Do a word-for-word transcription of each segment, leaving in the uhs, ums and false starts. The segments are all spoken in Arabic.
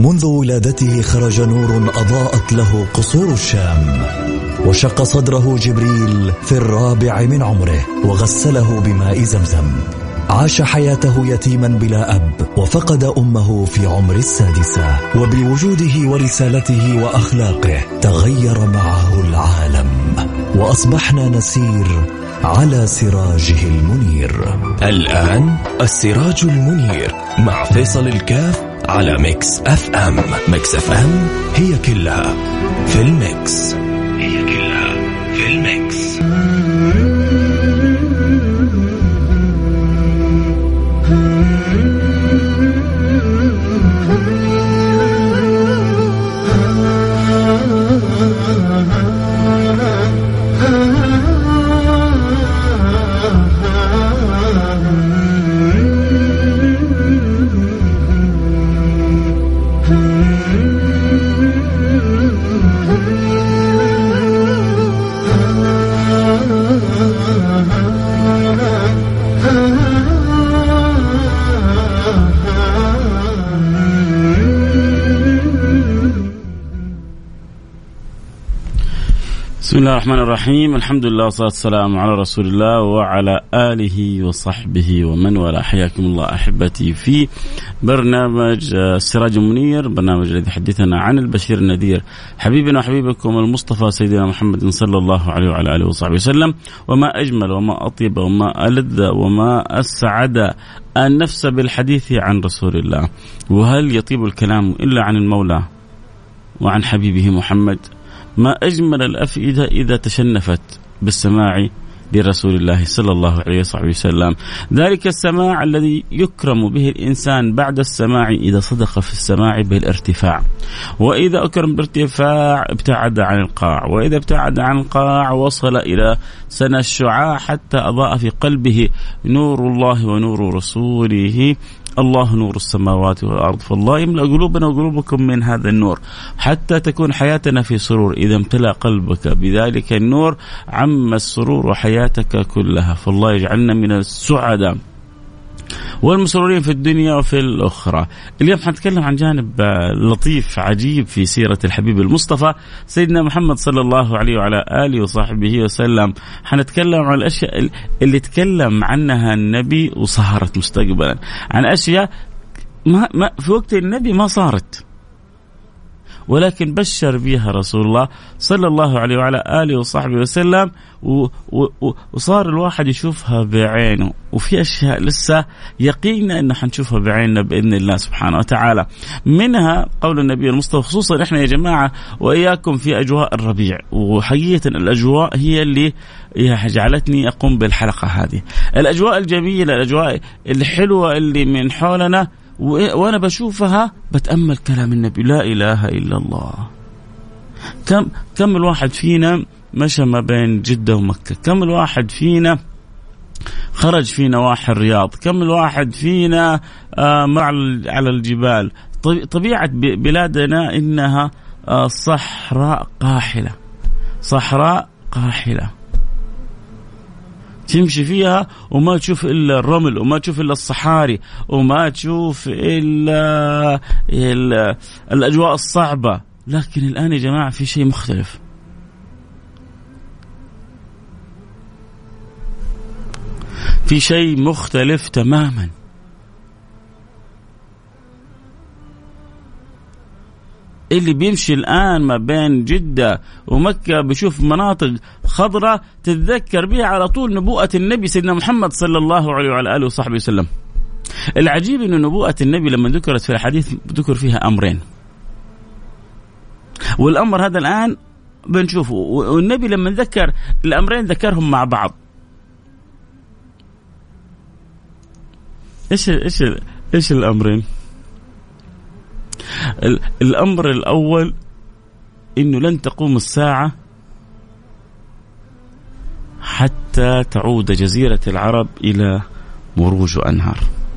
منذ ولادته خرج نور أضاءت له قصور الشام، وشق صدره جبريل في الرابع من عمره وغسله بماء زمزم. عاش حياته يتيما بلا أب، وفقد أمه في عمر السادسة، وبوجوده ورسالته وأخلاقه تغير معه العالم، وأصبحنا نسير على سراجه المنير. الآن السراج المنير مع فيصل الكاف على ميكس اف ام. ميكس اف ام هي كلها في الميكس، هي كلها في الميكس. بسم الله الرحمن الرحيم. الحمد لله والصلاة والسلام على رسول الله وعلى آله وصحبه ومن والاه. حياكم الله أحبتي في برنامج السراج المنير، برنامج الذي يحدثنا عن البشير النذير، حبيبنا وحبيبكم المصطفى سيدنا محمد صلى الله عليه وعلى آله وصحبه وسلم. وما أجمل وما أطيب وما ألذ وما أسعد النفس بالحديث عن رسول الله. وهل يطيب الكلام إلا عن المولى وعن حبيبه محمد؟ ما أجمل الأفئدة إذا تشنفت بالسماع لرسول الله صلى الله عليه وسلم. ذلك السماع الذي يكرم به الإنسان بعد السماع إذا صدق في السماع بالارتفاع، وإذا أكرم بالارتفاع ابتعد عن القاع، وإذا ابتعد عن القاع وصل إلى سنى الشعاع حتى أضاء في قلبه نور الله ونور رسوله. الله نور السماوات والأرض، فالله يملأ قلوبنا وقلوبكم من هذا النور حتى تكون حياتنا في سرور. إذا امتلأ قلبك بذلك النور عم السرور حياتك كلها، فالله يجعلنا من السعداء والمسرورين في الدنيا وفي الأخرى. اليوم حنتكلم عن جانب لطيف عجيب في سيرة الحبيب المصطفى سيدنا محمد صلى الله عليه وعلى آله وصحبه وسلم. حنتكلم عن الأشياء اللي تكلم عنها النبي وصارت مستقبلا، عن أشياء ما ما في وقت النبي ما صارت، ولكن بشر بها رسول الله صلى الله عليه وعلى آله وصحبه وسلم، وصار الواحد يشوفها بعينه. وفي أشياء لسه يقينا أن حنشوفها بعيننا بإذن الله سبحانه وتعالى. منها قول النبي المصطفى، خصوصا إحنا يا جماعة وإياكم في أجواء الربيع، وحقيقة الأجواء هي اللي جعلتني أقوم بالحلقة هذه. الأجواء الجميلة، الأجواء الحلوة اللي من حولنا، وأنا بشوفها بتأمل كلام النبي. لا إله إلا الله. كم كم الواحد فينا مشى ما بين جدة ومكة؟ كم الواحد فينا خرج في نواحي الرياض؟ كم الواحد فينا مع على الجبال؟ طبيعة بلادنا إنها صحراء قاحلة، صحراء قاحلة تمشي فيها وما تشوف إلا الرمل، وما تشوف إلا الصحاري، وما تشوف إلا, إلا الأجواء الصعبة. لكن الآن يا جماعة في شيء مختلف، في شيء مختلف تماما. اللي بيمشي الآن ما بين جدة ومكة بيشوف مناطق خضراء تتذكر بها على طول نبوءة النبي سيدنا محمد صلى الله عليه وعلى آله وصحبه وسلم. العجيب إنه نبوءة النبي لما ذكرت في الحديث ذكر فيها أمرين، والأمر هذا الآن بنشوفه، والنبي لما ذكر الأمرين ذكرهم مع بعض. إيش إيش إيش الأمرين؟ الأمر الأول إنه لن تقوم الساعة حتى تعود جزيرة العرب إلى مروج وأنهار.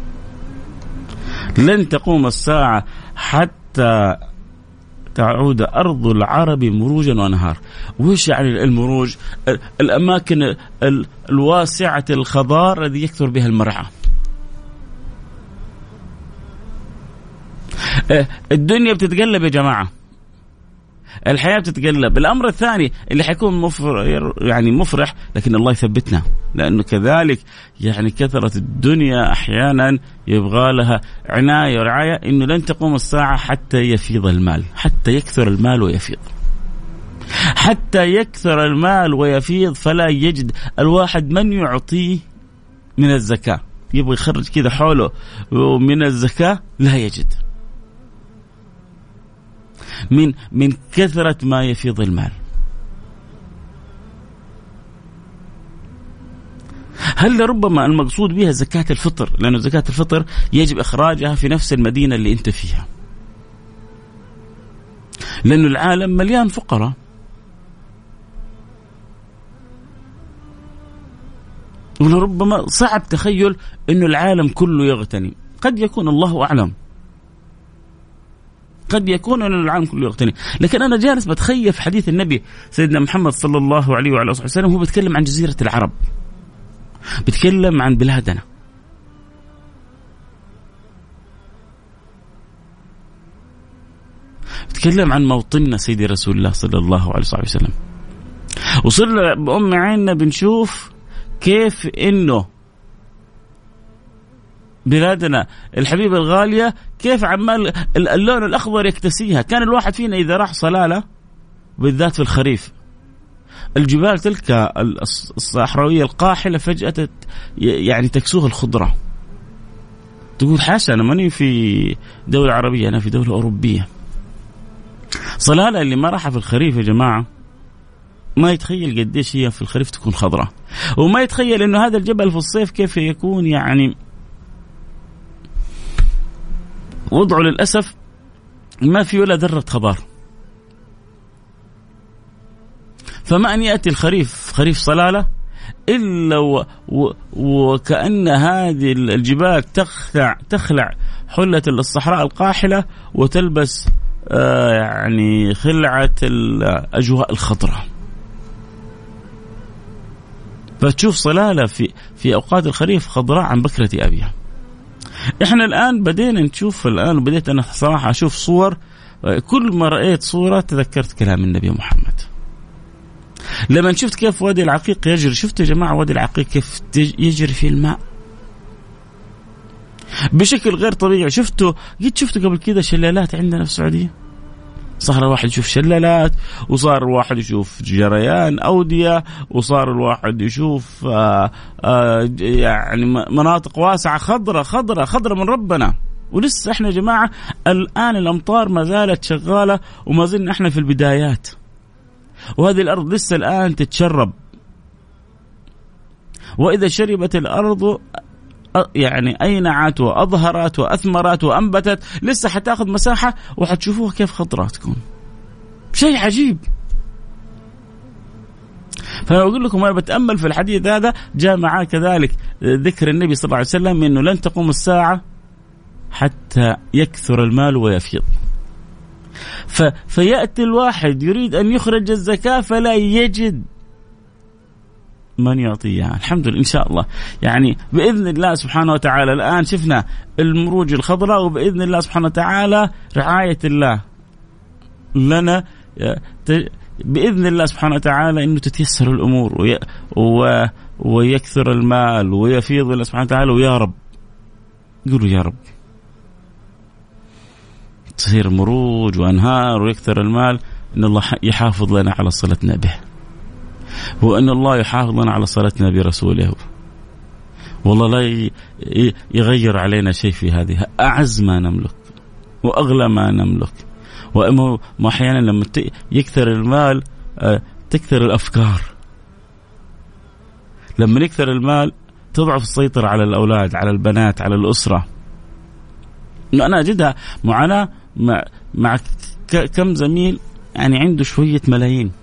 لن تقوم الساعة حتى تعود أرض العرب مروجا وأنهار. وإيش يعني المروج؟ الأماكن الواسعة الخضار الذي يكثر بها المرعى. الدنيا بتتقلب يا جماعة، الحياة بتتقلب. الأمر الثاني اللي حيكون مفرح يعني مفرح، لكن الله يثبتنا، لأنه كذلك يعني كثرة الدنيا أحيانا يبغى لها عناية ورعاية، إنه لن تقوم الساعة حتى يفيض المال، حتى يكثر المال ويفيض، حتى يكثر المال ويفيض، فلا يجد الواحد من يعطيه من الزكاة، يبغى يخرج كذا حوله من الزكاة لا يجد، من من كثرة ما يفيض المال. هل ربما المقصود بها زكاة الفطر، لأنه زكاة الفطر يجب إخراجها في نفس المدينة اللي أنت فيها، لأنه العالم مليان فقراء. ولربما صعب تخيل أنه العالم كله يغتني، قد يكون الله أعلم، قد يكون أن العالم كله يغتني، لكن أنا جالس بتخيل في حديث النبي سيدنا محمد صلى الله عليه وعلى آله وسلم، هو بيتكلم عن جزيرة العرب، بيتكلم عن بلادنا، بيتكلم عن موطننا سيدي رسول الله صلى الله عليه وسلم. وصرنا بأم عيننا بنشوف كيف إنه بلادنا الحبيبة الغالية كيف عمال اللون الأخضر يكتسيها. كان الواحد فينا إذا راح صلالة بالذات في الخريف، الجبال تلك الصحراوية القاحلة فجأة يعني تكسوها الخضرة، تقول حاشا أنا ماني في دولة عربية، أنا في دولة أوروبية. صلالة اللي ما راح في الخريف يا جماعة ما يتخيل قديش هي في الخريف تكون خضرة، وما يتخيل إنه هذا الجبل في الصيف كيف يكون يعني وضعه للأسف ما في ولا ذرة خضار. فما أن يأتي الخريف، خريف صلالة، إلا و و وكأن هذه الجبال تخلع تخلع حلة الصحراء القاحلة وتلبس آه يعني خلعة الأجواء الخضراء. فتشوف صلالة في في أوقات الخريف خضراء عن بكرة أبيها. إحنا الآن بدينا نشوف، الآن بديت أنا صراحة أشوف صور، كل ما رأيت صورة تذكرت كلام النبي محمد. لما شفت كيف وادي العقيق يجري، شفتوا يا جماعة وادي العقيق كيف يجري في الماء بشكل غير طبيعي. شفتوا قد شفتوا قبل كذا شلالات عندنا في السعودية؟ صار الواحد يشوف شلالات، وصار الواحد يشوف جريان أودية، وصار الواحد يشوف آآ آآ يعني مناطق واسعة خضرة خضرة خضرة من ربنا. ولسه احنا يا جماعة الآن الأمطار ما زالت شغالة، وما زلنا احنا في البدايات، وهذه الأرض لسه الآن تتشرب. وإذا شربت الأرض يعني أينعت وأظهرت وأثمرت وأنبتت، لسه حتاخذ مساحة وحتشوفوها كيف خضراء تكون، شيء عجيب. فأنا أقول لكم أنا بتأمل في الحديث هذا، جاء معاه كذلك ذكر النبي صلى الله عليه وسلم إنه لن تقوم الساعة حتى يكثر المال ويفيض. ف... فيأتي الواحد يريد أن يخرج الزكاة فلا يجد من يعطيها. الحمد لله إن شاء الله يعني بإذن الله سبحانه وتعالى الآن شفنا المروج الخضراء، وبإذن الله سبحانه وتعالى رعاية الله لنا بإذن الله سبحانه وتعالى إنه تتيسر الأمور وي... و... ويكثر المال ويفيض الله سبحانه وتعالى. ويا رب قولوا يا رب تصير مروج وأنهار ويكثر المال، إن الله يحافظ لنا على صلتنا به، وأن الله يحافظ لنا على صلتنا برسوله. والله لا يغير علينا شيء في هذه، أعز ما نملك وأغلى ما نملك. وأما أحيانا لما يكثر المال تكثر الأفكار، لما يكثر المال تضعف السيطرة على الأولاد، على البنات، على الأسرة. أنا أجدها معنا مع, مع كم زميل يعني عنده شوية ملايين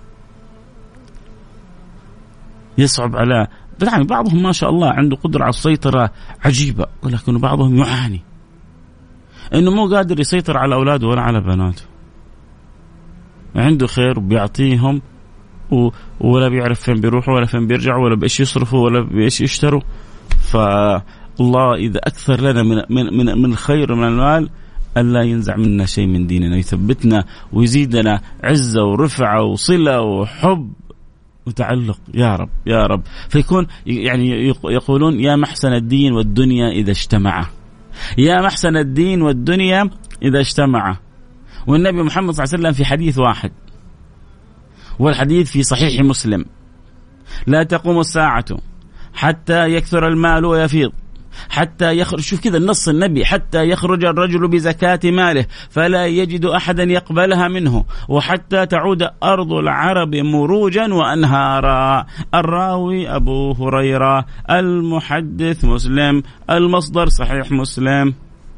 يصعب على، يعني بعضهم ما شاء الله عنده قدرة على السيطرة عجيبة، ولكن بعضهم يعاني إنه مو قادر يسيطر على أولاده ولا على بناته. عنده خير وبيعطيهم ولا بيعرف فين بيروحوا ولا فين بيرجعوا ولا بإيش يصرفوا ولا بإيش يشتروا. فالله إذا أكثر لنا من من من من الخير ومن المال ألا ينزع منا شيء من ديننا، يثبتنا ويزيدنا عزة ورفعة وصلة وحب وتعلق يا رب يا رب. فيكون يعني يقولون يا محسن الدين والدنيا إذا اجتمعا، يا محسن الدين والدنيا إذا اجتمعا. والنبي محمد صلى الله عليه وسلم في حديث واحد، والحديث في صحيح مسلم: لا تقوم الساعة حتى يكثر المال ويفيض، حتى يخرج، شوف كذا النص النبي، حتى يخرج الرجل بزكاة ماله فلا يجد أحدا يقبلها منه، وحتى تعود أرض العرب مروجا وأنهارا. الراوي أبو هريرة، المحدث مسلم، المصدر صحيح مسلم.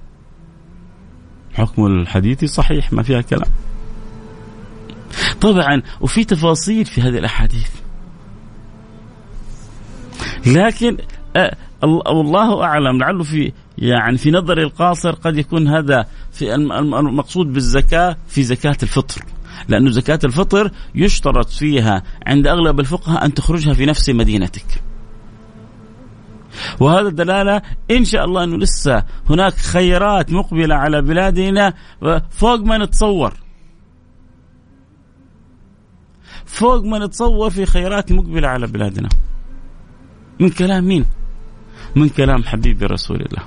حكم الحديث صحيح ما فيها كلام طبعا، وفي تفاصيل في هذه الأحاديث، لكن أه الله أعلم، لعله في يعني في نظر القاصر قد يكون هذا في المقصود بالزكاة في زكاة الفطر، لأنه زكاة الفطر يشترط فيها عند أغلب الفقهاء أن تخرجها في نفس مدينتك. وهذا دلالة إن شاء الله أنه لسه هناك خيرات مقبلة على بلادنا فوق ما نتصور، فوق ما نتصور في خيرات مقبلة على بلادنا. من كلام مين؟ من كلام حبيبي رسول الله،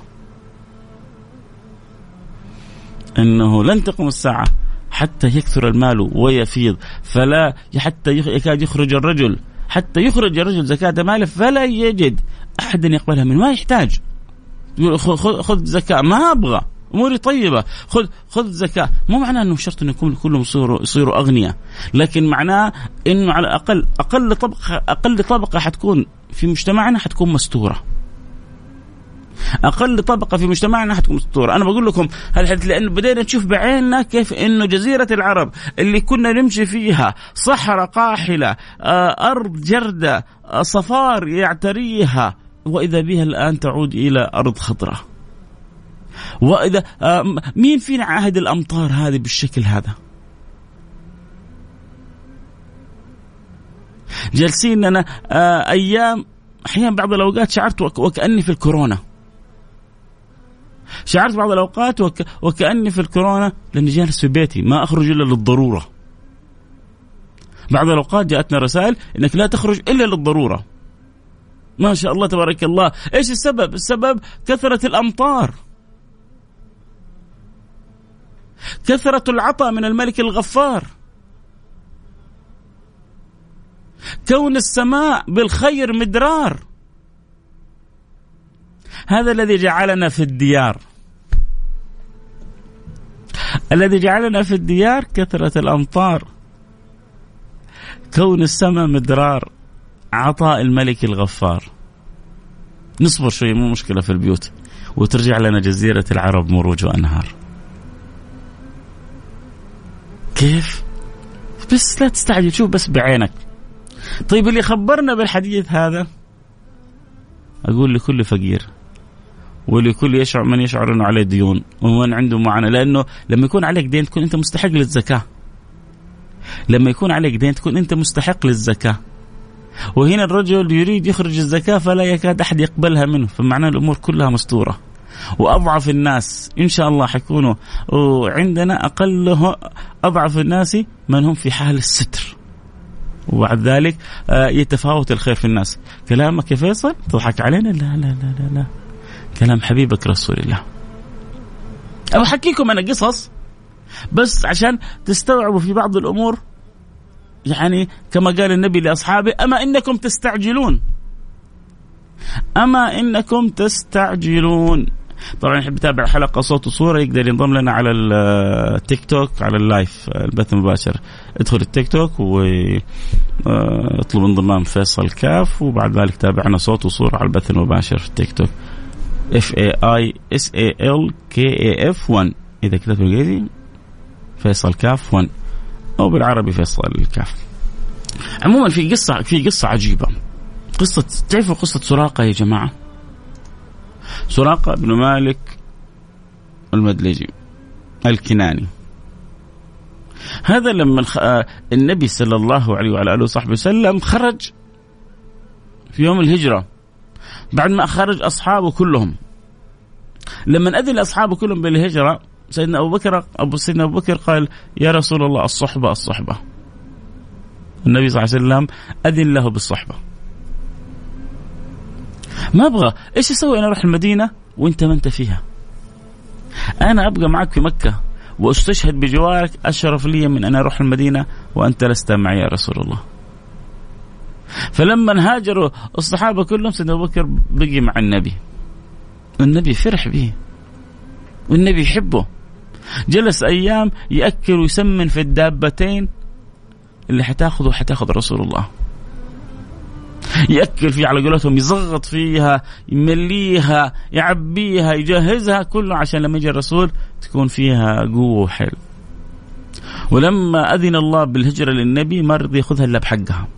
إنه لن تقوم الساعة حتى يكثر المال ويفيض، فلا حتى يكاد يخرج الرجل حتى يخرج الرجل زكاة ماله فلا يجد أحدا يقبلها منه. ما يحتاج يقول خذ زكاة، ما أبغى، أموري طيبة، خذ خذ زكاة. مو معناه أنه شرط أن يكون كلهم يصيروا يصيروا أغنياء، لكن معناه إنه على الأقل أقل طبقة أقل طبقة حتكون في مجتمعنا حتكون مستورة، أقل طبقة في مجتمعنا حتكون مستورة. أنا بقول لكم هالحديث لأنه بدينا نشوف بعيننا كيف إنه جزيرة العرب اللي كنا نمشي فيها صحراء قاحلة، أرض جردة، صفار يعتريها، وإذا بها الآن تعود إلى أرض خضراء. وإذا مين فينا عاهد الأمطار هذه بالشكل هذا؟ جالسين أنا أيام أحيانا بعض الأوقات شعرت وكأني في الكورونا، شعرت بعض الأوقات وك... وكأني في الكورونا، لأني جالس في بيتي ما أخرج إلا للضرورة. بعض الأوقات جاءتنا رسائل إنك لا تخرج إلا للضرورة. ما شاء الله تبارك الله. إيش السبب؟ السبب كثرة الأمطار، كثرة العطاء من الملك الغفار، كون السماء بالخير مدرار. هذا الذي جعلنا في الديار، الذي جعلنا في الديار كثرة الأمطار، كون السماء مدرار، عطاء الملك الغفار. نصبر شوي مو مشكلة في البيوت، وترجع لنا جزيرة العرب مروج وأنهار. كيف؟ بس لا تستعجل، شوف بس بعينك. طيب اللي خبرنا بالحديث هذا، أقول لكل فقير ولكل يشعر من يشعر أنه عليه ديون ومن عنده معاناة، لأنه لما يكون عليك دين تكون أنت مستحق للزكاة، لما يكون عليك دين تكون أنت مستحق للزكاة. وهنا الرجل يريد يخرج الزكاة فلا يكاد أحد يقبلها منه، فمعنى الأمور كلها مستورة. وأضعف الناس إن شاء الله حيكونوا عندنا أقله أضعف الناس من هم في حال الستر، وبعد ذلك يتفاوت الخير في الناس. كلامك يا فيصل تضحك علينا؟ لا لا لا لا, لا. كلام حبيبك رسول الله. أبغى أحكيكم أنا قصص بس عشان تستوعبوا في بعض الأمور، يعني كما قال النبي لأصحابه: أما إنكم تستعجلون، أما إنكم تستعجلون. طبعا يحب يتابع حلقة صوت وصورة يقدر ينضم لنا على التيك توك على اللايف البث المباشر. ادخل التيك توك واطلب انضمام فيصل كاف، وبعد ذلك تابعنا صوت وصورة على البث المباشر في التيك توك F A I S A L K A F واحد إذا كتبت بالإنجليزي فيصل كاف واحد، أو بالعربي فيصل الكاف. عموما في قصة في قصة عجيبة، قصة تعرفوا قصة سراقة يا جماعة؟ سراقة بن مالك المدلجي الكناني. هذا لما النبي صلى الله عليه وعلى آله وصحبه وسلم خرج في يوم الهجرة، بعد ما خرج أصحابه كلهم، لما أذن أصحابه كلهم بالهجرة سيدنا أبو بكر أبو سيدنا أبو بكر قال يا رسول الله الصحبة الصحبة. النبي صلى الله عليه وسلم أذن له بالصحبة. ما أبغى إيش أسوي أنا أروح المدينة وأنت ما أنت فيها؟ أنا أبقى معك في مكة وأستشهد بجوارك أشرف لي من أن أروح المدينة وأنت لست معي يا رسول الله. فلما هاجروا الصحابة كلهم سيدنا أبو بكر بقي مع النبي، والنبي فرح به والنبي يحبه. جلس أيام يأكل ويسمن في الدابتين اللي حتاخذه حتاخذ رسول الله، يأكل فيها على قولتهم، يزغط فيها، يمليها، يعبيها، يجهزها كله عشان لما يجي الرسول تكون فيها قوة وحل. ولما أذن الله بالهجرة للنبي ما رضي يأخذها إلا بحقها.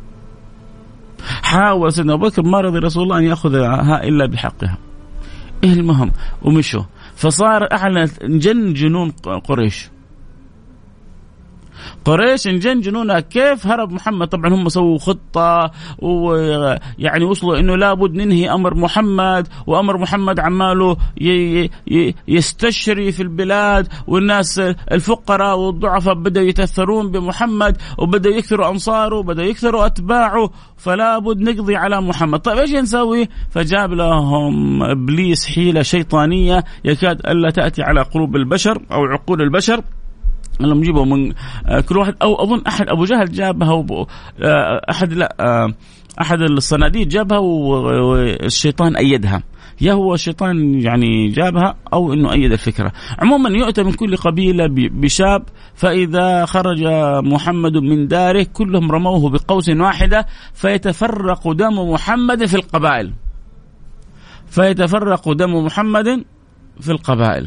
حاول سيدنا أبو بكر ما رضي رسول الله أن يأخذها إلا بحقها. إيه المهم ومشوا، فصار أعلن جن جنون قريش. قريش انجن جنونها كيف هرب محمد. طبعا هم سووا خطة ويعني وصلوا انه لابد ننهي امر محمد، وامر محمد عماله يستشري في البلاد، والناس الفقراء والضعفاء بدأوا يتأثرون بمحمد وبدأوا يكثروا انصاره وبدأوا يكثروا اتباعه، فلا بد نقضي على محمد. طيب ايش نسوي؟ فجاب لهم ابليس حيلة شيطانية يكاد الا تأتي على قلوب البشر او عقول البشر. لما نجيبه من كل واحد، أو أظن أحد أبو جهل جابها، أحد لا أحد الصناديد جابها والشيطان أيدها، يا هو الشيطان يعني جابها أو إنه أيد الفكرة. عموما يؤتى من كل قبيلة بشاب، فإذا خرج محمد من داره كلهم رموه بقوس واحدة فيتفرق دم محمد في القبائل، فيتفرق دم محمد في القبائل.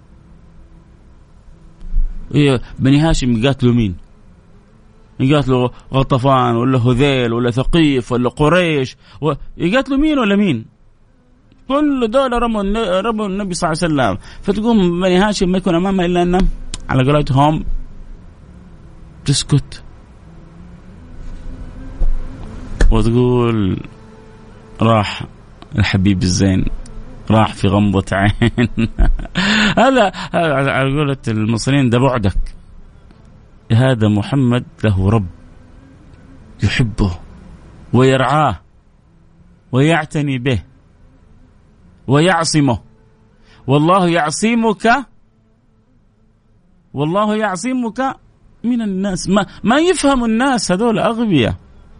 بني هاشم يقاتلوا مين؟ يقاتلوا غطفان ولا هذيل ولا ثقيف ولا قريش، يقاتلوا مين ولا مين؟ كل دول رموا رموا النبي صلى الله عليه وسلم. فتقوم بني هاشم ما يكون أمامه إلا أنه على قولتهم تسكت وتقول راح الحبيب الزين، راح في غمضة عين. هذا على قولة المصريين ده بعدك. هذا محمد له رب يحبه ويرعاه ويعتني به ويعصمه، والله يعصمك والله يعصمك من الناس. ما, ما يفهم الناس، هذول أغبياء.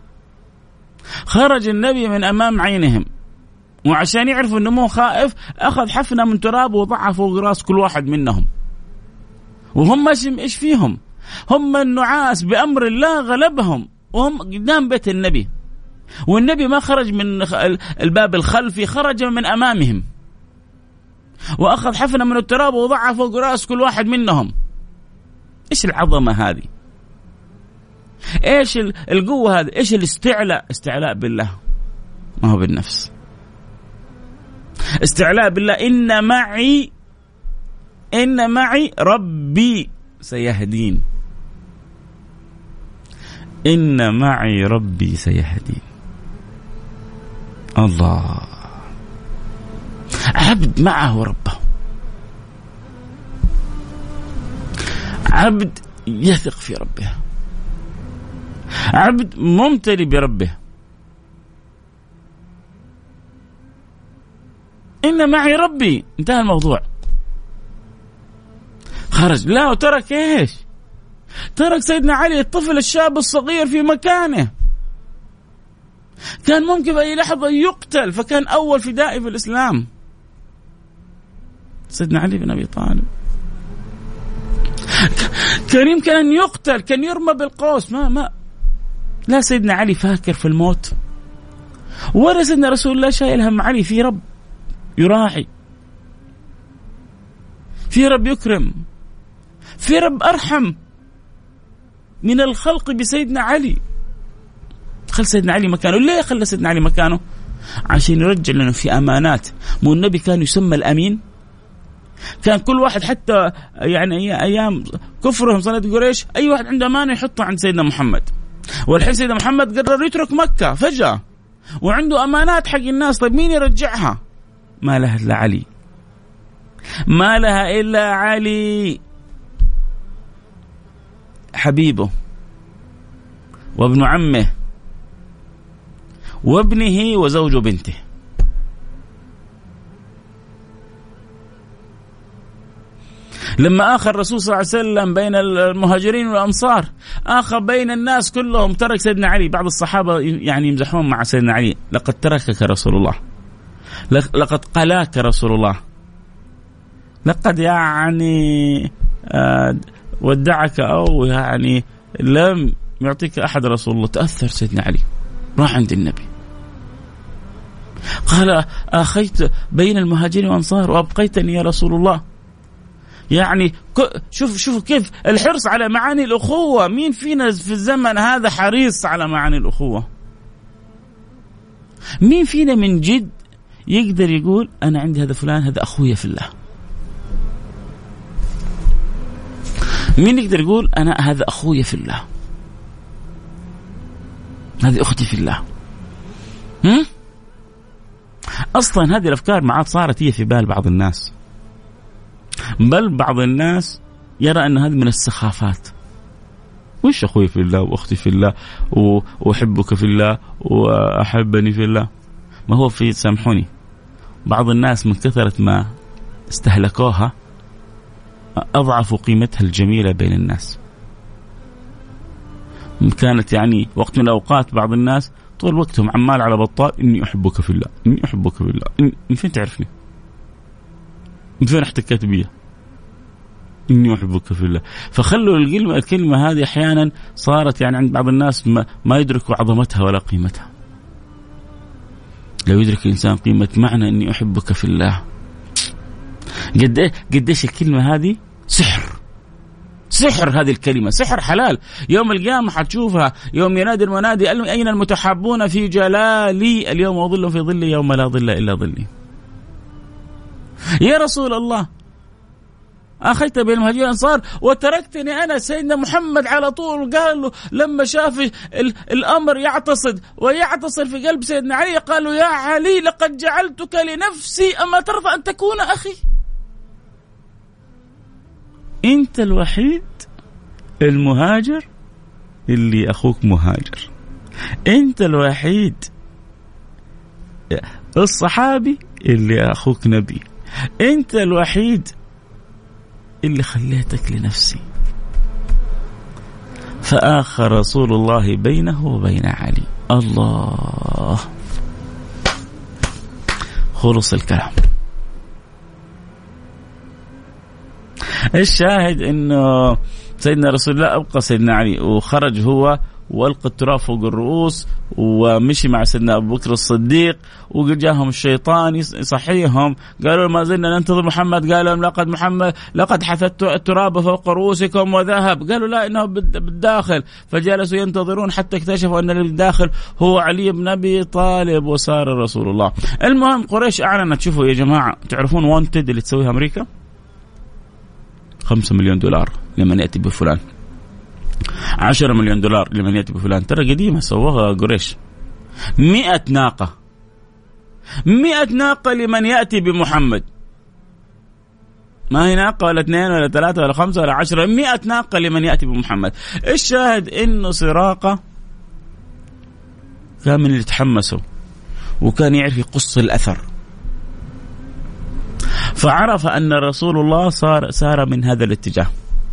خرج النبي من أمام عينهم، وعشان يعرفوا انه مو خائف اخذ حفنه من تراب وضعها فوق راس كل واحد منهم. وهم ايش فيهم؟ هم النعاس بامر الله غلبهم، وهم قدام بيت النبي، والنبي ما خرج من الباب الخلفي، خرج من امامهم، واخذ حفنه من التراب وضعها فوق راس كل واحد منهم. ايش العظمه هذه؟ ايش القوه هذه؟ ايش الاستعلاء؟ استعلاء بالله ما هو بالنفس. استعلاء بالله. إن معي إن معي ربي سيهدين، إن معي ربي سيهدين. الله، عبد معه ربه، عبد يثق في ربه، عبد ممتلئ بربه. إن معي ربي، انتهى الموضوع. خرج لا وترك ايش؟ ترك سيدنا علي الطفل الشاب الصغير في مكانه، كان ممكن بأي لحظة يقتل، فكان أول فدائي في الإسلام سيدنا علي بن أبي طالب. كان يمكن أن يقتل، كان يرمى بالقوس، ما ما لا سيدنا علي فاكر في الموت، ولا سيدنا رسول الله شايل هم علي. في رب يراعي، في رب يكرم، في رب أرحم من الخلق بسيدنا علي. خل سيدنا علي مكانه. ليه خلى سيدنا علي مكانه؟ عشان يرجع لنا في أمانات. مو النبي كان يسمى الأمين؟ كان كل واحد حتى يعني أيام كفرهم صلاة قريش أي واحد عنده أمانة يحطه عند سيدنا محمد. والحين سيدنا محمد قرر يترك مكة فجأة وعنده أمانات حق الناس. طيب مين يرجعها؟ ما له إلا علي. ما لها إلا علي حبيبه وابن عمه وابنه وزوج بنته. لما آخر الرسول صلى الله عليه وسلم بين المهاجرين والأنصار آخر بين الناس كلهم، ترك سيدنا علي. بعض الصحابة يعني يمزحون مع سيدنا علي: لقد تركك رسول الله، لقد قلاك رسول الله، لقد يعني ودعك أو يعني لم يعطيك أحد رسول الله. تأثر سيدنا علي، راح عند النبي قال: آخيت بين المهاجرين والأنصار وأبقيتني يا رسول الله. يعني شوف شوف كيف الحرص على معاني الأخوة. مين فينا في الزمن هذا حريص على معاني الأخوة؟ مين فينا من جد يقدر يقول أنا عندي هذا فلان هذا أخويا في الله؟ مين يقدر يقول أنا هذا أخويا في الله، هذه أختي في الله؟ هم؟ أصلا هذه الأفكار معاد صارت هي في بال بعض الناس، بل بعض الناس يرى أن هذه من السخافات. وش أخوي في الله وأختي في الله وأحبك في الله وأحبني في الله؟ ما هو في، سامحوني، بعض الناس من كثرة ما استهلكوها أضعفوا قيمتها الجميلة بين الناس. كانت يعني وقت من الأوقات بعض الناس طول وقتهم عمال على بطال: إني أحبك في الله، إني أحبك في الله. من فين تعرفني؟ من فين احتكيت بيها؟ إني أحبك في الله. فخلوا الكلمة الكلمة هذه أحيانا صارت يعني عند بعض الناس ما, ما يدركوا عظمتها ولا قيمتها. لو يدرك الإنسان قيمة معنى إني أحبك في الله، قد إيه قديش الكلمة هذه سحر. سحر هذه الكلمة، سحر حلال. يوم القيامة حتشوفها، يوم ينادي المنادي: أين المتحابون في جلالي اليوم أظل في ظلي يوم لا ظل إلا ظلي. يا رسول الله، أخيت بين المهاجرين والأنصار وتركتني أنا. سيدنا محمد على طول قال له لما شاف الأمر يعتصد ويعتصر في قلب سيدنا علي، قال له: يا علي لقد جعلتك لنفسي، أما ترضى أن تكون أخي؟ أنت الوحيد المهاجر اللي أخوك مهاجر، أنت الوحيد الصحابي اللي أخوك نبي، أنت الوحيد اللي خليتك لنفسي. فآخر رسول الله بينه وبين علي. الله، خلص الكلام. الشاهد إنه سيدنا رسول الله أبقى سيدنا علي، وخرج هو والقى التراب فوق الرؤوس ومشي مع سيدنا أبو بكر الصديق، وجاهم الشيطان يصحيهم، قالوا ما زلنا ننتظر محمد، قالوا لقد محمد لقد حثت التراب فوق رؤوسكم وذهب، قالوا لا إنه بالداخل، فجلسوا ينتظرون حتى اكتشفوا أن اللي بالداخل هو علي بن أبي طالب وسار رسول الله. المهم قريش أعلنت، شوفوا يا جماعة، تعرفون وانتد اللي تسويها أمريكا؟ خمسة مليون دولار لمن يأتي بفلان، عشرة مليون دولار لمن يأتي بفلان. ترى قديمة سووها قريش. مئة ناقة، مئة ناقة لمن يأتي بمحمد. ما هي ناقة ولا اثنين ولا ثلاثة ولا خمسة ولا عشرة، مئة ناقة لمن يأتي بمحمد. الشاهد إنه سراقة كان من اللي تحمسوا وكان يعرف يقص الأثر، فعرف أن رسول الله صار سار من هذا الاتجاه،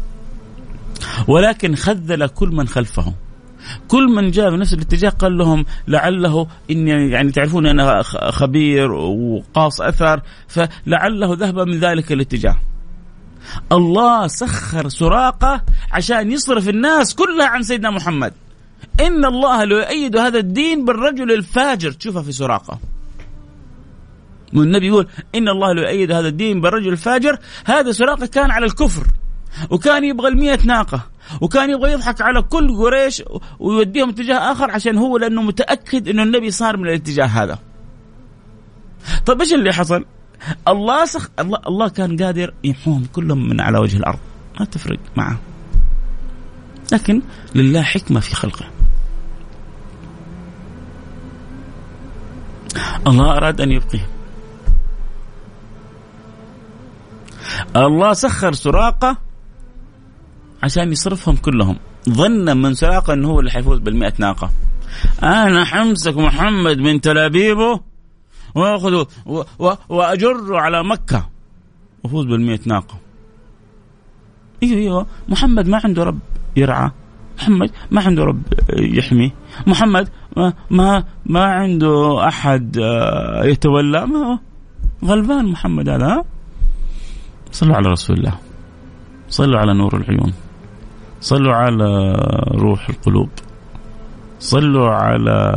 ولكن خذل كل من خلفه. كل من جاء بنفس الاتجاه قال لهم لعله إني يعني تعرفون أنا خبير وقاص أثر، فلعله ذهب من ذلك الاتجاه. الله سخر سراقة عشان يصرف الناس كلها عن سيدنا محمد. إن الله لو يؤيد هذا الدين بالرجل الفاجر. تشوفها في سراقة، والنبي يقول إن الله لو يؤيد هذا الدين بالرجل الفاجر. هذا سراقة كان على الكفر، وكان يبغى المئة ناقة، وكان يبغى يضحك على كل قريش ويوديهم اتجاه آخر، عشان هو لأنه متأكد إنه النبي صار من الاتجاه هذا. طب إيش اللي حصل؟ الله سخ الله الله كان قادر يمحوهم كلهم من على وجه الأرض، ما تفرق معه، لكن لله حكمة في خلقه. الله أراد أن يبقيه، الله سخر سراقة عشان يصرفهم كلهم. ظن من سراقة أنه هو اللي حيفوز بالمئة ناقة. أنا حمسك محمد من تل أبيبه وأخذه وأجره على مكة وفوز بالمئة ناقة. إيه إيه محمد ما عنده رب يرعى، محمد ما عنده رب يحمي، محمد ما ما, ما عنده أحد يتولى، ما غلبان محمد هذا. صلوا على رسول الله، صلوا على نور العيون، صلوا على روح القلوب، صلوا على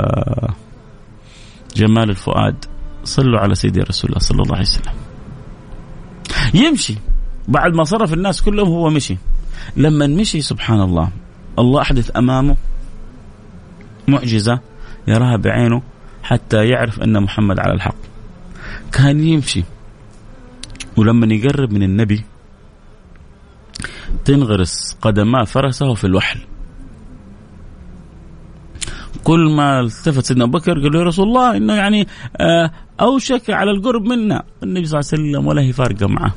جمال الفؤاد، صلوا على سيدي رسول الله صلى الله عليه وسلم. يمشي بعد ما صرف الناس كلهم هو مشي. لما مشي سبحان الله، الله أحدث أمامه معجزة يراها بعينه حتى يعرف أن محمد على الحق. كان يمشي ولما يقرب من النبي تنغرس قدما فرسه في الوحل. كل ما التفت سيدنا أبو بكر قال له يا رسول الله إنه يعني أوشك على القرب منا. النبي صلى الله عليه وسلم ولا هي فارقة معه،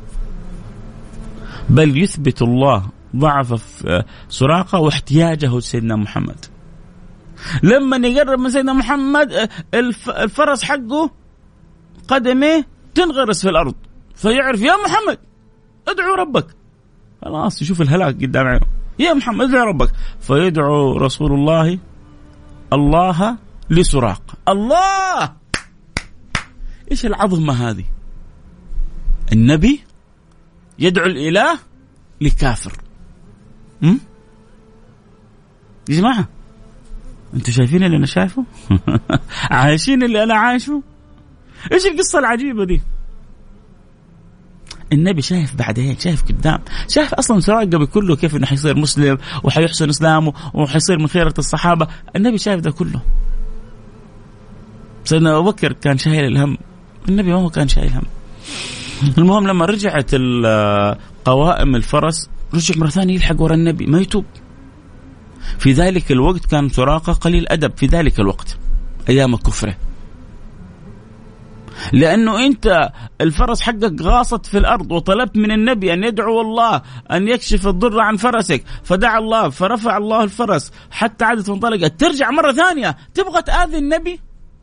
بل يثبت الله ضعف سراقة واحتياجه لسيدنا محمد. لما يقرب من سيدنا محمد الفرس حقه قدمه تنغرس في الأرض، فيعرف يا محمد ادعو ربك. خلاص يشوف الهلاك قدام عينه، يا محمد ادعو ربك. فيدعو رسول الله الله لسراق. الله، ايش العظمة هذه؟ النبي يدعو الإله لكافر. م? يا جماعة انتوا شايفين اللي انا شايفه؟ عايشين اللي انا عايشه؟ ايش القصة العجيبة دي؟ النبي شايف بعدين، شايف قدام، شايف اصلا سراقة بكله كيف انه حيصير مسلم وحيحسن اسلامه وحيصير من خيرة الصحابة. النبي شايف ده كله. سيدنا أبو بكر كان شايل الهم، النبي ما هو كان شايل هم. المهم لما رجعت قوائم الفرس رجع مرة ثانية يلحق ورا النبي، ما يتوب. في ذلك الوقت كان سراقة قليل أدب في ذلك الوقت أيام كفره، لأنه أنت الفرس حقك غاصت في الأرض وطلبت من النبي أن يدعو الله أن يكشف الضر عن فرسك، فدعا الله فرفع الله الفرس حتى عادت وانطلقت، ترجع مرة ثانية تبغى تآذي النبي.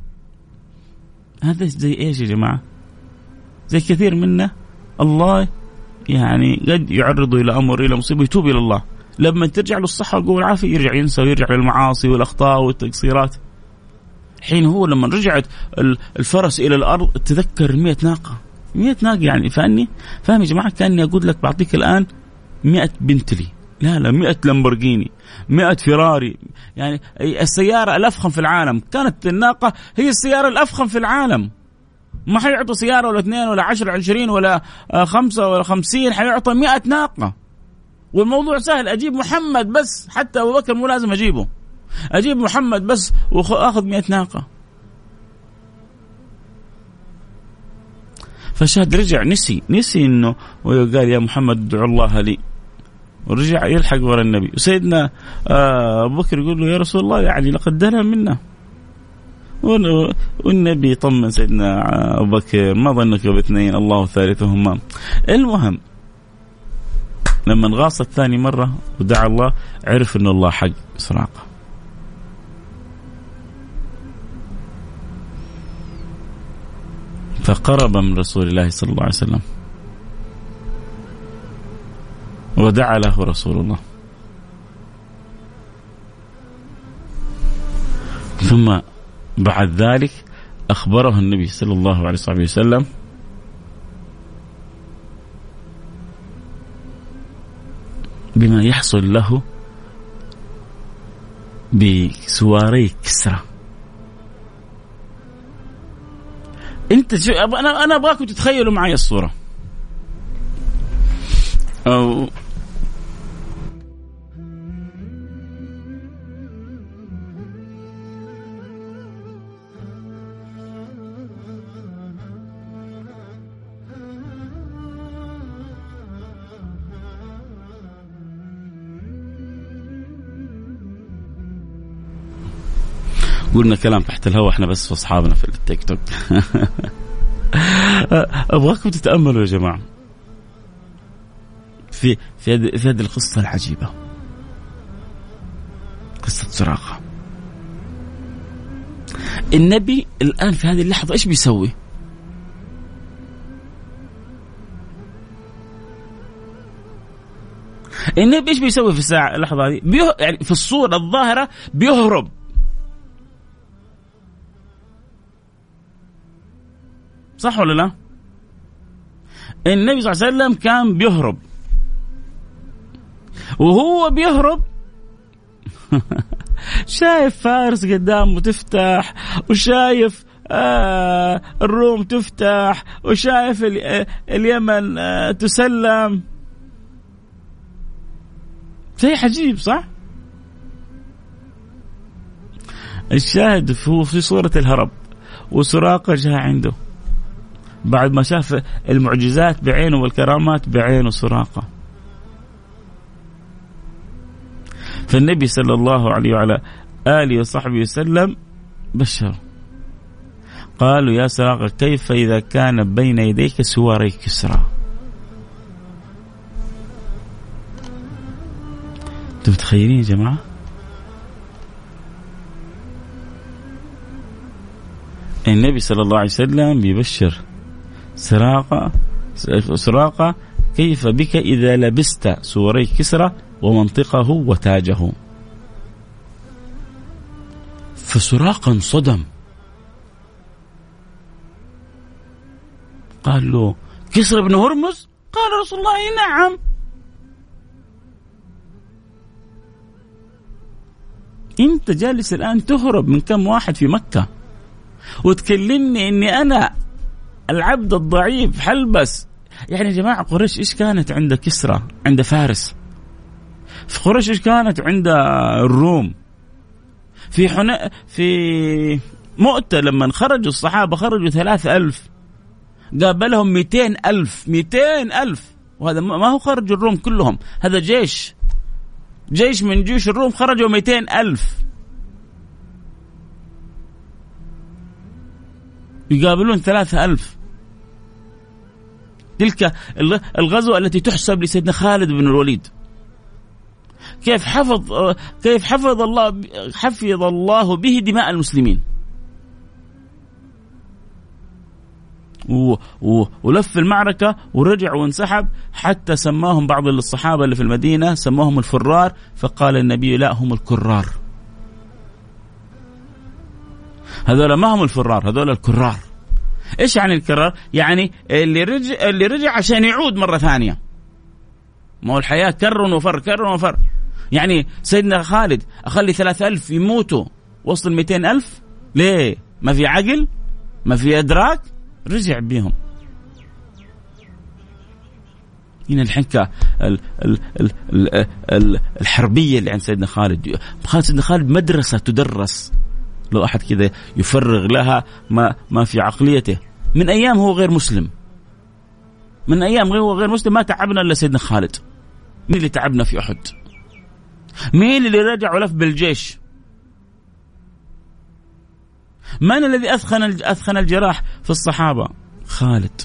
هذا زي إيش يا جماعة؟ زي كثير منا الله يعني قد يعرض إلى أمر إلى مصيبة يتوب إلى الله، لما ترجع له الصحة والقوة والعافية يرجع ينسى ويرجع للمعاصي والأخطاء والتقصيرات. حين هو لما رجعت الفرس إلى الأرض تذكر مئة ناقة، مئة ناقة يعني فاني فاهم يا جماعة؟ كأني أقول لك بعطيك الآن مئة بنتلي، لا لا مئة لامبورغيني، مئة فيراري، يعني السيارة الأفخم في العالم. كانت الناقة هي السيارة الأفخم في العالم، ما حيعطوا سيارة ولا اثنين ولا عشر عشرين ولا خمسة ولا خمسين، حيعطى مئة ناقة. والموضوع سهل، أجيب محمد بس، حتى أبو بكر مو لازم أجيبه، أجيب محمد بس وأخذ مئة ناقة. فشاد رجع نسي نسي إنه وقال يا محمد ادعو الله لي، ورجع يلحق ورا النبي. وسيدنا أبو بكر يقول له يا رسول الله يعني لقد دنا منا، والنبي طمن سيدنا أبو بكر ما ظنك باثنين الله ثالثهما. المهم لما انغاصت ثاني مرة ودعا الله عرف إنه الله حق سراقة. فقرب من رسول الله صلى الله عليه وسلم ودعا له رسول الله، ثم بعد ذلك أخبره النبي صلى الله عليه وسلم بما يحصل له بسواري كسرى. انت شو انا انا ابغاكم تتخيلوا معي الصورة. أو قلنا كلام تحت الهواء احنا بس واصحابنا في التيك توك. ابغاكم تتأملوا يا جماعة. في في هذه في هذه القصة العجيبة، قصة سراقة. النبي الآن في هذه اللحظة إيش بيسوي؟ النبي إيش بيسوي في الساعة اللحظة هذه؟ بيه... يعني في الصورة الظاهرة بيهرب. صح ولا لا؟ النبي صلى الله عليه وسلم كان بيهرب، وهو بيهرب شايف فارس قدامه تفتح، وشايف آه الروم تفتح، وشايف اليمن آه تسلم. شيء عجيب صح؟ الشاهد هو في صورة الهرب، وسراقة جاء عنده بعد ما شاف المعجزات بعينه والكرامات بعينه سراقة. فالنبي صلى الله عليه وعلى آله وصحبه وسلم بشر، قالوا يا سراقة كيف إذا كان بين يديك سواري كسرى؟ انتم متخيلين يا جماعة؟ النبي صلى الله عليه وسلم بيبشر سراقة سراقة كيف بك إذا لبست سواري كسرى ومنطقه وتاجه. فسراقة انصدم، قال له كسرى بن هرمز؟ قال رسول الله نعم. انت جالس الآن تهرب من كم واحد في مكة وتكلمني اني انا العبد الضعيف حلبس. يعني يا جماعة قريش ايش كانت عند كسرى؟ عند فارس. في قريش ايش كانت عند الروم؟ في حنا في مؤتة لما خرجوا الصحابة خرجوا ثلاثة ألف، قابلهم مئتين ألف مئتين ألف، وهذا ما هو خرج الروم كلهم، هذا جيش جيش من جيوش الروم خرجوا مئتين ألف، يقابلون ثلاثة ألف. تلك الغزوة التي تحسب لسيدنا خالد بن الوليد. كيف حفظ كيف حفظ الله حفظ الله به دماء المسلمين، و و ولف المعركة ورجع وانسحب، حتى سماهم بعض الصحابة اللي في المدينة سماهم الفرار، فقال النبي لا هم الكرار. هذول ما هم الفرار، هذول الكرار. ايش يعني الكرار؟ يعني اللي رجع اللي رجع عشان يعود مرة ثانية. ما هو الحياة كر وفر كر وفر. يعني سيدنا خالد أخلي ثلاثة ألف يموتوا وسط المئتين ألف؟ ليه؟ ما في عقل؟ ما في إدراك؟ رجع بيهم. هنا الحنكة ال ال ال ال ال الحربية اللي عند سيدنا خالد. خالد سيدنا خالد مدرسة تدرس، لو أحد كذا يفرغ لها ما ما في عقليته. من أيام هو غير مسلم، من أيام هو غير مسلم ما تعبنا إلا سيدنا خالد. مين اللي تعبنا في أحد؟ مين اللي رجع ولف بالجيش؟ من الذي أثخن أثخن الجراح في الصحابة؟ خالد.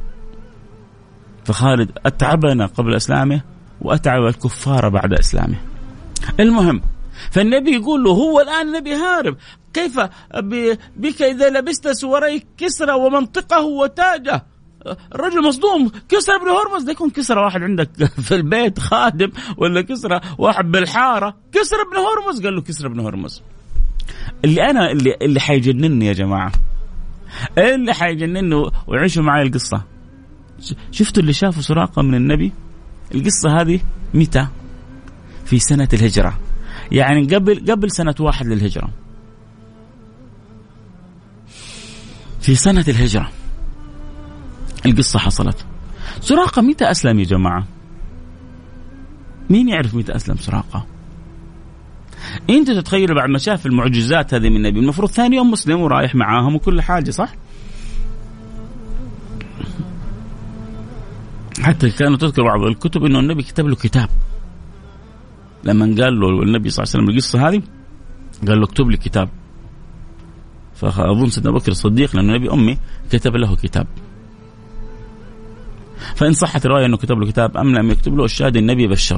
فخالد أتعبنا قبل إسلامه وأتعب الكفار بعد إسلامه. المهم، فالنبي يقول له هو الآن النبي هارب، كيف بك إذا لبست سواري كسرى ومنطقه وتاجه؟ الرجل مصدوم. كسرى بن هرمز ده يكون كسرى واحد عندك في البيت خادم، ولا كسرى واحد بالحارة؟ كسرى بن هرمز. قال له كسرى بن هرمز. اللي أنا اللي اللي حيجنني يا جماعة، اللي حيجنني ويعيشوا معي القصة. شفتوا اللي شافوا سراقة من النبي؟ القصة هذه متى؟ في سنة الهجرة، يعني قبل قبل سنة واحد للهجرة. في سنة الهجرة القصة حصلت. سراقة متى أسلم يا جماعة؟ مين يعرف متى أسلم سراقة؟ أنت تتخيلوا بعد ما شاف المعجزات هذه من النبي المفروض ثاني يوم مسلم ورايح معاهم وكل حاجة، صح؟ حتى كانوا تذكر بعض الكتب إنه النبي كتب له كتاب. لما قال له النبي صلى الله عليه وسلم القصة هذه قال له اكتب لي كتاب. فأظن سيدنا بكر الصديق لأنه النبي أمي كتب له كتاب. فإن صحت الرواية أنه كتب له كتاب أم لم يكتب له، الشاهد النبي بشره.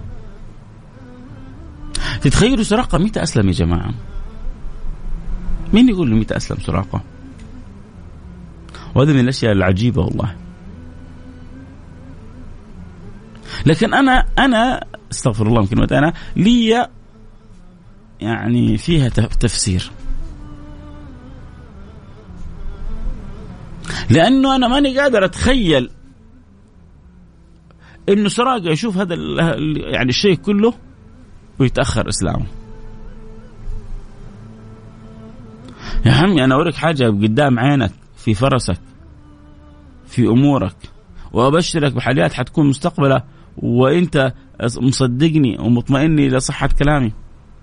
تتخيلوا سراقة متى أسلم يا جماعة؟ مين يقول له متى أسلم سراقة؟ وهذا من الأشياء العجيبة والله. لكن أنا أنا استغفر الله من كلمة أنا لي يعني فيها تفسير، لأنه أنا ماني قادر أتخيل إنه سراقة يشوف هذا يعني الشيء كله ويتأخر إسلامه. يا عمي أنا أوريك حاجة قدام عينك في فرسك في أمورك، وأبشرك بحاليات حتكون مستقبلة وإنت مصدقني ومطمئني لصحة كلامي.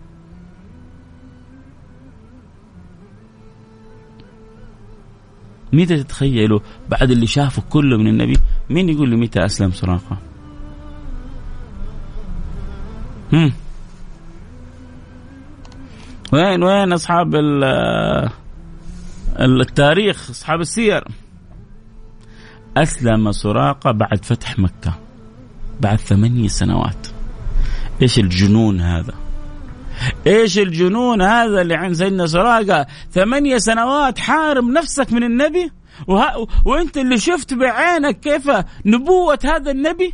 متى تتخيلوا بعد اللي شافه كله من النبي؟ مين يقول لي متى أسلم سراقة؟ هم وين وين أصحاب التاريخ، أصحاب السير؟ أسلم سراقة بعد فتح مكة بعد ثمانية سنوات. إيش الجنون هذا؟ إيش الجنون هذا اللي عند سيدنا سراقة؟ ثمانية سنوات حارم نفسك من النبي، وه... وأنت اللي شفت بعينك كيف نبوة هذا النبي.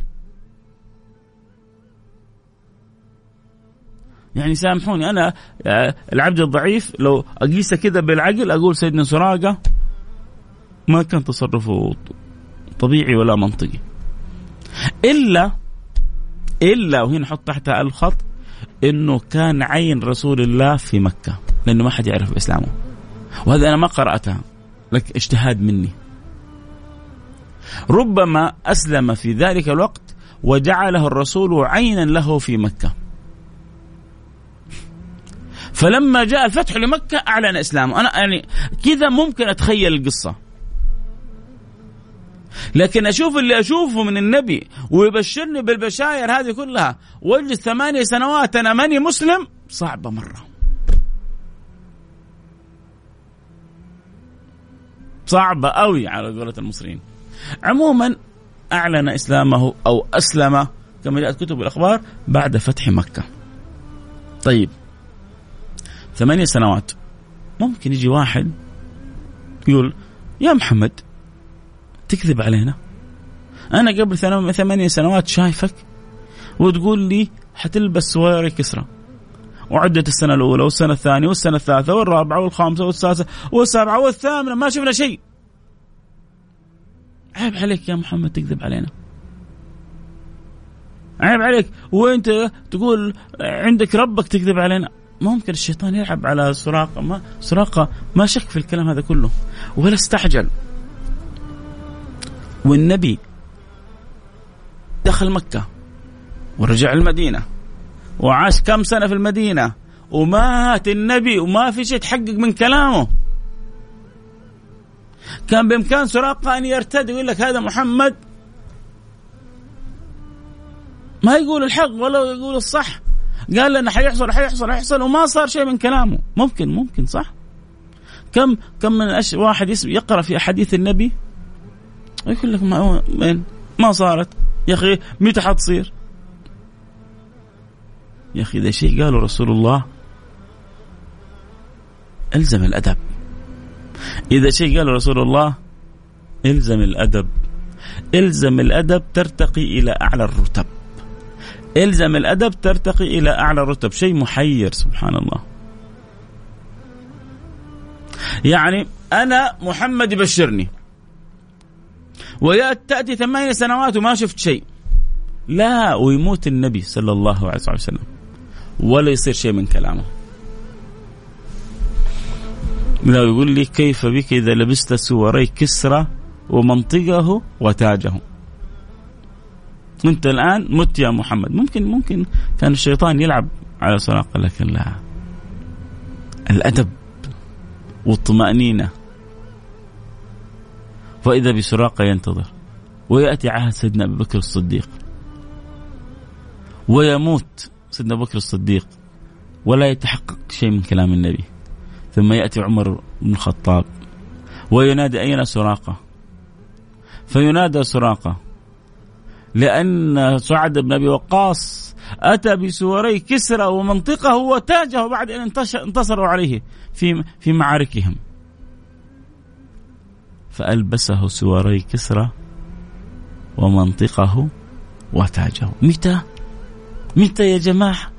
يعني سامحوني أنا العبد الضعيف لو أقيسه كده بالعقل أقول سيدنا سراقة ما كان تصرفه طبيعي ولا منطقي، إلا إلا وهنا نحط تحتها الخط إنه كان عين رسول الله في مكة، لأنه ما حد يعرف إسلامه. وهذا أنا ما قرأتها لك، اجتهاد مني. ربما أسلم في ذلك الوقت وجعله الرسول عينا له في مكة، فلما جاء الفتح لمكة أعلن إسلامه. أنا يعني كذا ممكن أتخيل القصة، لكن أشوف اللي أشوفه من النبي ويبشرني بالبشاير هذه كلها واجلس ثمانية سنوات أنا ماني مسلم، صعبة مرة، صعبة قوي على قولة المصريين. عموما أعلن إسلامه أو أسلم كما جاءت كتب الأخبار بعد فتح مكة. طيب ثمانية سنوات، ممكن يجي واحد يقول يا محمد تكذب علينا، أنا قبل ثمانية سنوات شايفك وتقول لي حتلبس سواري كسرى، وعدة السنة الأولى والسنة الثانية والسنة الثالثة والرابعة والخامسة والسادسة والسابعة والثامنة ما شفنا شيء. عيب عليك يا محمد تكذب علينا، عيب عليك وانت تقول عندك ربك تكذب علينا. ممكن الشيطان يلعب على سراقة، ما سراقة ما شك في الكلام هذا كله ولا استعجل. والنبي دخل مكة ورجع المدينة وعاش كم سنة في المدينة ومات النبي وما في شيء تحقق من كلامه. كان بإمكان سراقة أن يرتد ويقول لك هذا محمد ما يقول الحق ولا يقول الصح، قال لنا حيحصل حيحصل حيحصل وما صار شيء من كلامه. ممكن ممكن صح. كم كم من أش... واحد يقرأ في أحاديث النبي ويقول لك ما وين ما صارت يا أخي، متى حتصير يا أخي؟ إذا شيء قاله رسول الله إلزم الأدب، إذا شيء قاله رسول الله إلزم الأدب، إلزم الأدب ترتقي إلى أعلى الرتب، إلزم الأدب ترتقي إلى أعلى الرتب. شيء محير سبحان الله. يعني أنا محمد يبشرني ويأتي ثمانية سنوات وما شفت شيء، لا ويموت النبي صلى الله عليه وسلم ولا يصير شيء من كلامه. لا يقول لي كيف بك إذا لبست سواري كسرى ومنطقه وتاجه، أنت الآن مت يا محمد. ممكن ممكن كان الشيطان يلعب على سراقة، لكن لا، الأدب والطمأنينة. وإذا بسراقة ينتظر ويأتي عهد سيدنا أبي بكر الصديق ويموت سيدنا أبو بكر الصديق ولا يتحقق شيء من كلام النبي، ثم يأتي عمر بن الخطاب وينادي أين سراقة، فينادى سراقة لأن سعد بن أبي وقاص أتى بسوري كسرى ومنطقه وتاجه بعد أن انتصروا عليه في في معاركهم، فألبسه سوري كسرى ومنطقه وتاجه. متى متى يا جماعة؟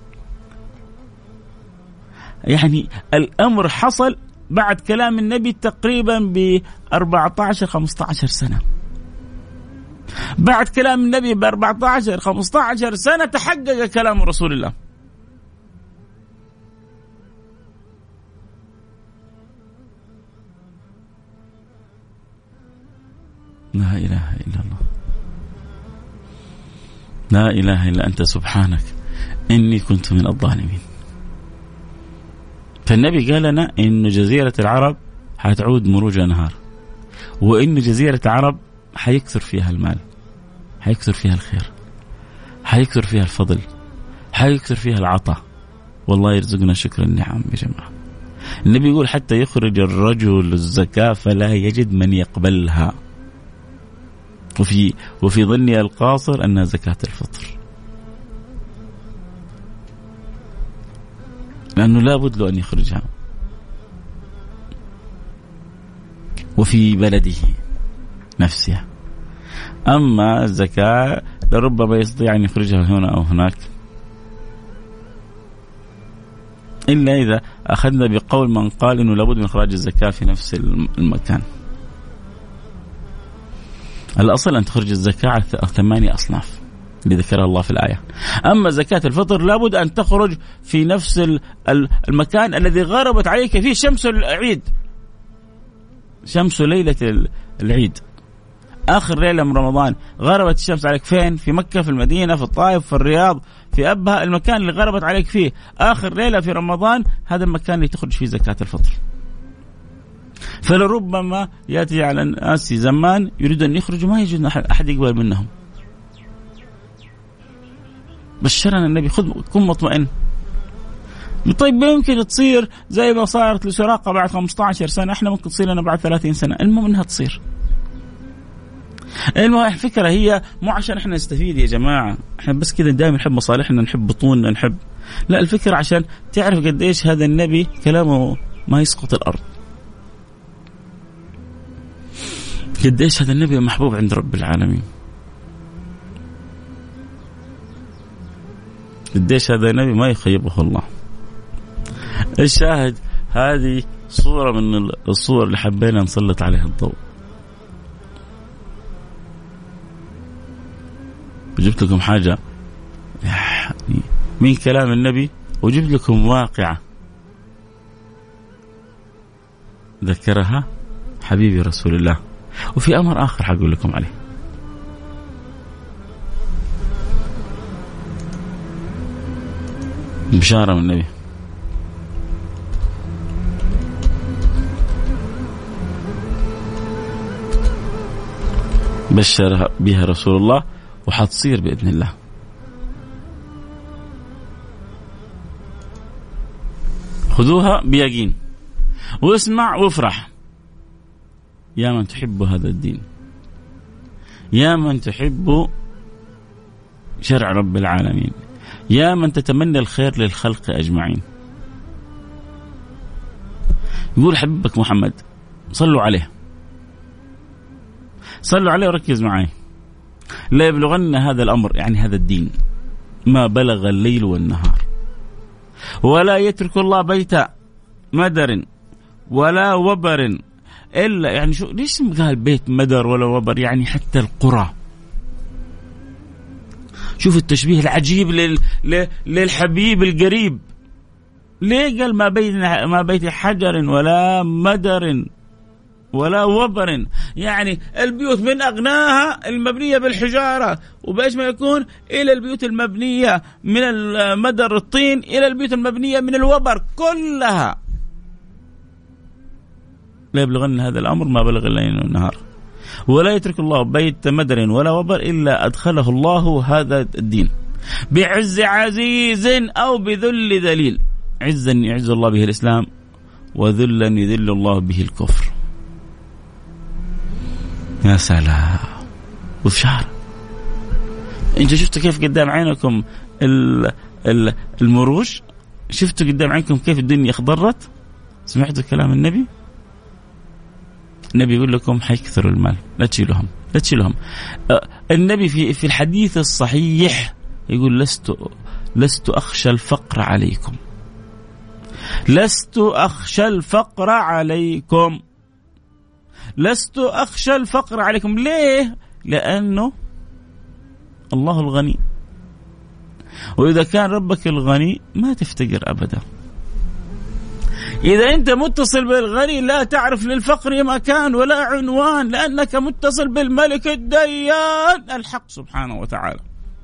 يعني الأمر حصل بعد كلام النبي تقريبا ب أربعة عشر خمسة عشر سنة. بعد كلام النبي ب أربعة عشر خمسة عشر سنة تحقق كلام رسول الله. لا إله إلا الله، لا إله إلا أنت سبحانك إني كنت من الظالمين. فالنبي قال لنا إن جزيرة العرب حتعود مروج نهار، وإن جزيرة العرب حيكثر فيها المال، حيكثر فيها الخير، حيكثر فيها الفضل، حيكثر فيها العطاء. والله يرزقنا شكر النعم يا جماعة. النبي يقول حتى يخرج الرجل الزكاة فلا يجد من يقبلها، وفي وفي ظني القاصر أنها زكاة الفطر، لأنه لا بد له أن يخرجها وفي بلده نفسها. أما الزكاة لربما يستطيع أن يخرجها هنا أو هناك، إلا إذا أخذنا بقول من قال إنه لابد من إخراج الزكاة في نفس المكان. الأصل أن تخرج الزكاة على ثمانية أصناف اللي ذكرها الله في الآية. أما زكاة الفطر لابد أن تخرج في نفس المكان الذي غربت عليك فيه شمس العيد، شمس ليلة العيد، آخر ليلة من رمضان غربت الشمس عليك فين؟ في مكة، في المدينة، في الطائف، في الرياض، في أبها، المكان اللي غربت عليك فيه آخر ليلة في رمضان، هذا المكان اللي تخرج فيه زكاة الفطر. فلربما يأتي على الناس زمان يريد أن يخرجوا ما يجد أحد يقبل منهم. بشرنا النبي خذ كن مطمئن. طيب ممكن تصير زي ما صارت لسراقة بعد خمسة عشر سنة، احنا ممكن تصير لنا بعد ثلاثين سنة، المهم انها تصير. المهم الفكرة هي مو عشان احنا نستفيد يا جماعة، احنا بس كذا دائما نحب مصالحنا، نحب بطوننا، نحب، لا، الفكرة عشان تعرف قديش هذا النبي كلامه ما يسقط الأرض، قديش هذا النبي محبوب عند رب العالمين، قديش هذا النبي ما يخيبه الله. الشاهد هذه صورة من الصور اللي حبينا نسلط عليها الضوء. وجبت لكم حاجة يعني من كلام النبي، وجبت لكم واقعة ذكرها حبيبي رسول الله، وفي أمر آخر حقول لكم عليه. بشارة من النبي، بشر بها رسول الله وحتصير بإذن الله. خذوها بيقين واسمع وافرح يا من تحب هذا الدين، يا من تحب شرع رب العالمين، يا من تتمنى الخير للخلق أجمعين. يقول حبيبك محمد صلوا عليه، صلوا عليه وركز معي. لا يبلغن هذا الأمر، يعني هذا الدين، ما بلغ الليل والنهار، ولا يترك الله بيت مدر ولا وبر إلا، يعني شو ليش قال بيت مدر ولا وبر؟ يعني حتى القرى. شوف التشبيه العجيب لل... للحبيب القريب. ليه قال ما بين ما بيت حجر ولا مدر ولا وبر؟ يعني البيوت من أغناها المبنية بالحجارة وبإيش ما يكون، إلى البيوت المبنية من المدر الطين، إلى البيوت المبنية من الوبر، كلها. لا يبلغن هذا الأمر ما بلغ الليل والنهار، ولا يترك الله بيت مدر ولا وبر إلا أدخله الله هذا الدين بعز عزيز أو بذل ذليل. عزا يعز الله به الإسلام، وذلا يذل الله به الكفر. يا سلام، وبشارة انتوا شفتوا كيف قدام عينكم المروج؟ شفتوا قدام عينكم كيف الدنيا خضرت؟ سمعتوا كلام النبي؟ النبي يقول لكم حيكثروا المال، لا تشيلهم لا تشيلهم. النبي في في الحديث الصحيح يقول لست لست أخشى الفقر عليكم، لست أخشى الفقر عليكم، لست أخشى الفقر عليكم. ليه؟ لأنه الله الغني، وإذا كان ربك الغني ما تفتقر أبدا. إذا أنت متصل بالغني لا تعرف للفقر مكان ولا عنوان، لأنك متصل بالملك الديان الحق سبحانه وتعالى.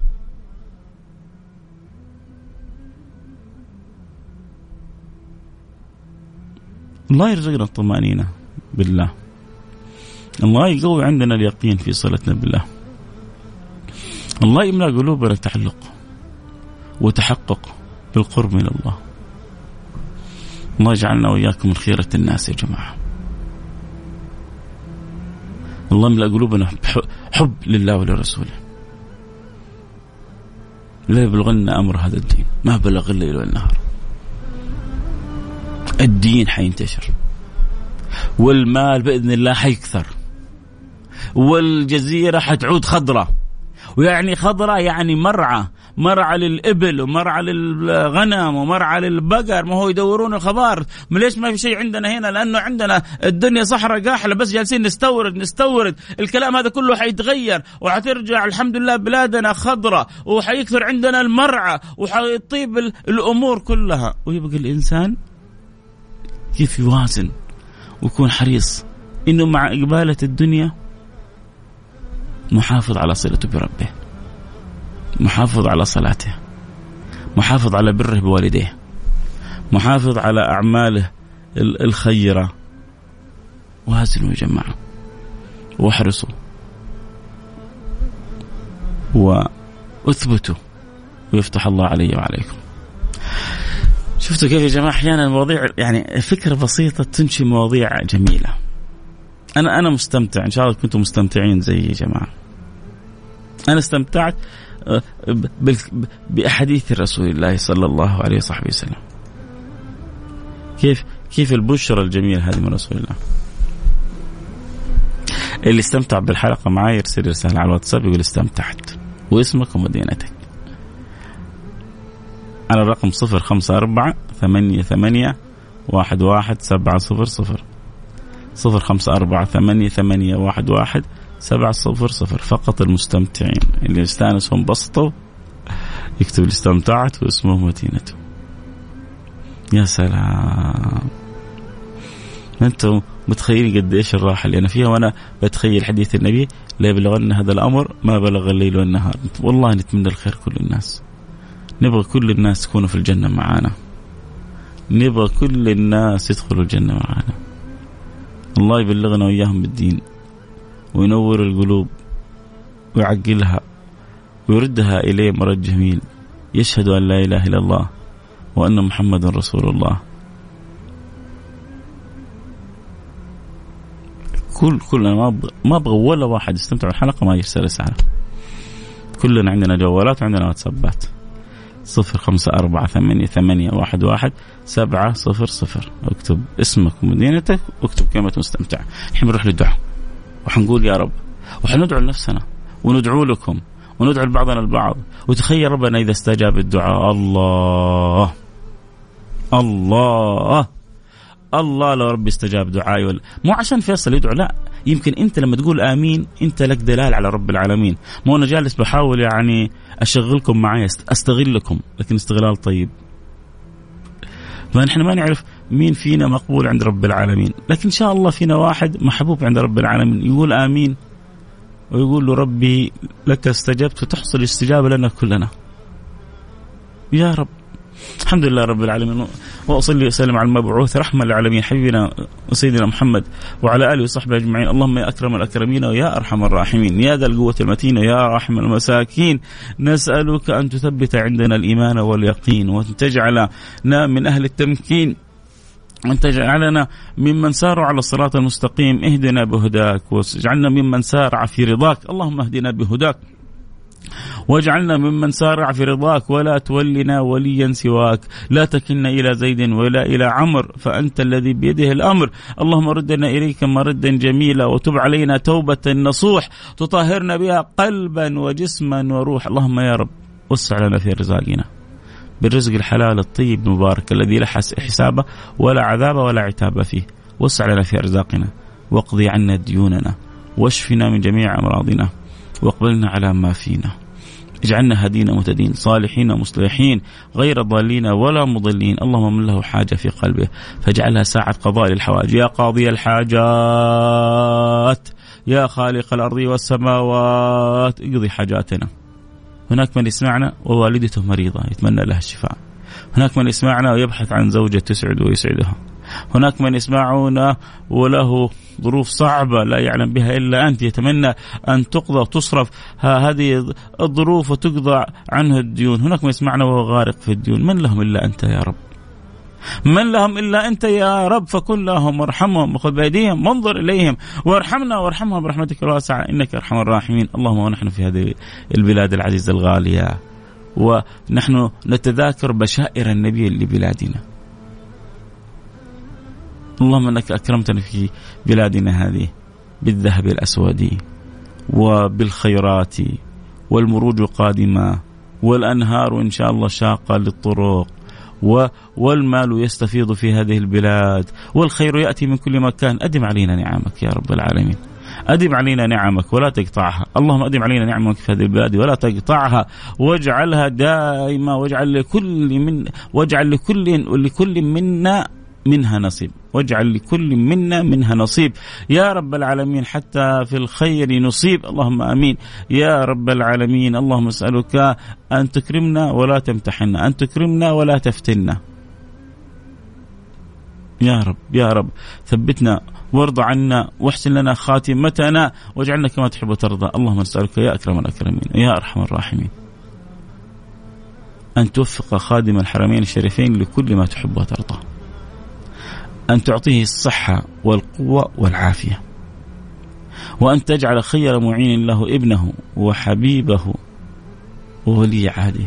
الله يرزقنا الطمأنينة بالله، الله يقوي عندنا اليقين في صلتنا بالله، الله يملأ قلوبنا تعلق وتحقق بالقرب من الله. الله يجعلنا وإياكم من خيرة الناس يا جماعة. الله يملأ قلوبنا حب لله ولرسوله. لا يبلغنا أمر هذا الدين ما بلغ الليل والنهار. الدين حينتشر، والمال بإذن الله حيكثر، والجزيرة حتعود خضرة. ويعني خضرة يعني مرعى، مرعى للإبل ومرعى للغنم ومرعى للبقر. ما هو يدورون الخبار، ما ليش ما في شيء عندنا هنا؟ لأنه عندنا الدنيا صحراء قاحلة، بس جالسين نستورد نستورد. الكلام هذا كله حيتغير، وحترجع الحمد لله بلادنا خضرة، وحيكثر عندنا المرعى، وحيطيب الأمور كلها. ويبقى الإنسان كيف يوازن ويكون حريص إنه مع إقبالة الدنيا محافظ على صلته بربه، محافظ على صلاته، محافظ على بره بوالديه، محافظ على أعماله الخيرة. وازنوا يا جماعة واحرصوا واثبتوا ويفتح الله علي وعليكم. شفتوا كيف يا جماعة أحيانا المواضيع يعني فكرة بسيطة تنشي مواضيع جميلة. أنا أنا مستمتع، إن شاء الله كنتم مستمتعين زي يا جماعة. أنا استمتعت بأحاديث رسول الله صلى الله عليه وصحبه وسلم. كيف كيف البشرى الجميلة هذه من رسول الله. اللي استمتع بالحلقة معي يرسل رسالة على الواتساب يقول استمتعت، واسمك ومدينتك على الرقم صفر خمسة أربعة ثمانية ثمانية واحد واحد سبعة صفر صفر صفر خمسة أربعة ثمانية ثمانية واحد واحد سبعة صفر صفر. فقط المستمتعين اللي يستانسوا انبسطوا يكتب اللي استمتعت واسمه مدينته. يا سلام، أنتم متخيلين قد إيش الراحة اللي أنا فيها وأنا بتخيل حديث النبي لا يبلغنا هذا الأمر ما بلغ الليل والنهار. والله نتمنى الخير كل الناس، نبغى كل الناس تكونوا في الجنة معانا، نبغى كل الناس يدخلوا الجنة معانا. الله يبلغنا وإياهم بالدين وينور القلوب ويعقلها ويردها إليه مرد جميل، يشهد أن لا إله إلا الله وأن محمد رسول الله. كل كلنا ما أبغى ما أبغى ولا واحد يستمتع بالحلقة ما يرسل رسالة. كلنا عندنا جوالات وعندنا واتسابات. صفر خمسة أربعة ثمانية ثمانية واحد واحد سبعة صفر صفر. اكتب اسمك ومدينتك واكتب كلمة مستمتع. نحن بنروح للدعاء وحنقول يا رب، وحندعو لنفسنا وندعو لكم وندعو لبعضنا البعض. وتخيل ربنا إذا استجاب الدعاء، الله الله الله لو ربي استجاب دعائي ولا مو عشان فيصل يدعو، لا، يمكن أنت لما تقول آمين أنت لك دلال على رب العالمين. مو أنا جالس بحاول يعني أشغلكم معي أستغلكم، لكن استغلال طيب. فنحن ما نعرف مين فينا مقبول عند رب العالمين، لكن إن شاء الله فينا واحد محبوب عند رب العالمين يقول آمين ويقول له ربي لك استجبت، وتحصل استجابة لنا كلنا يا رب. الحمد لله رب العالمين، وأصلي وسلم على المبعوث رحمة للعالمين حبيبنا وسيدنا محمد وعلى آله وصحبه أجمعين. اللهم يا أكرم الأكرمين ويا أرحم الراحمين يا ذا القوة المتين يا راحم المساكين، نسألك أن تثبت عندنا الإيمان واليقين، وأن تجعلنا من أهل التمكين، وأن تجعلنا ممن ساروا على الصراط المستقيم. اهدنا بهداك واجعلنا ممن سارع في رضاك. اللهم اهدنا بهداك واجعلنا ممن سارع في رضاك ولا تولنا وليا سواك. لا تكلنا إلى زيد ولا إلى عمر فأنت الذي بيده الأمر. اللهم ردنا إليك مردا جميلا وتب علينا توبة نصوح تطهرنا بها قلبا وجسما وروح. اللهم يا رب وسع لنا في رزاقنا بالرزق الحلال الطيب المبارك الذي لا حساب ولا عذاب ولا عتاب فيه. وسع لنا في أرزاقنا واقضي عنا ديوننا واشفنا من جميع أمراضنا واقبلنا على ما فينا. اجعلنا هدينا مهتدين صالحين مصلحين غير ضالين ولا مضلين. اللهم من له حاجة في قلبه فاجعلها ساعة قضاء للحوائج. يا قاضي الحاجات يا خالق الأرض والسماوات اقضي حاجاتنا. هناك من يسمعنا ووالدته مريضة يتمنى لها الشفاء. هناك من يسمعنا ويبحث عن زوجة تسعد ويسعدها. هناك من يسمعنا وله ظروف صعبة لا يعلم بها إلا أنت يتمنى أن تقضى وتصرف هذه الظروف وتقضى عنه الديون. هناك من يسمعنا وهو غارق في الديون. من لهم إلا أنت يا رب. من لهم إلا أنت يا رب. فكن لهم وارحمهم وخذ بأيديهم وانظر إليهم وارحمنا وارحمهم برحمتك الواسعة إنك أرحم الراحمين. اللهم ونحن في هذه البلاد العزيزة الغالية ونحن نتذاكر بشائر النبي لبلادنا. اللهم أنك أكرمتنا في بلادنا هذه بالذهب الأسود وبالخيرات والمروج قادمة والأنهار إن شاء الله شاقة للطرق والمال يستفيض في هذه البلاد والخير يأتي من كل مكان. أدم علينا نعمك يا رب العالمين. أدم علينا نعمك ولا تقطعها. اللهم أدم علينا نعمك في هذه البلاد ولا تقطعها واجعلها دائما واجعل لكل من واجعل لكل ولكل منا منها نصيب واجعل لكل منا منها نصيب يا رب العالمين حتى في الخير نصيب. اللهم آمين يا رب العالمين. اللهم أسألك أن تكرمنا ولا تمتحنا أن تكرمنا ولا تفتنا يا رب. يا رب ثبتنا وارض عنا واحسن لنا خاتمتنا واجعلنا كما تحب وترضى. اللهم نسألك يا أكرم الأكرمين يا أرحم الراحمين أن توفق خادم الحرمين الشريفين لكل ما تحب وترضى. أن تعطيه الصحة والقوة والعافية وأن تجعل خير معين له ابنه وحبيبه وولي عهده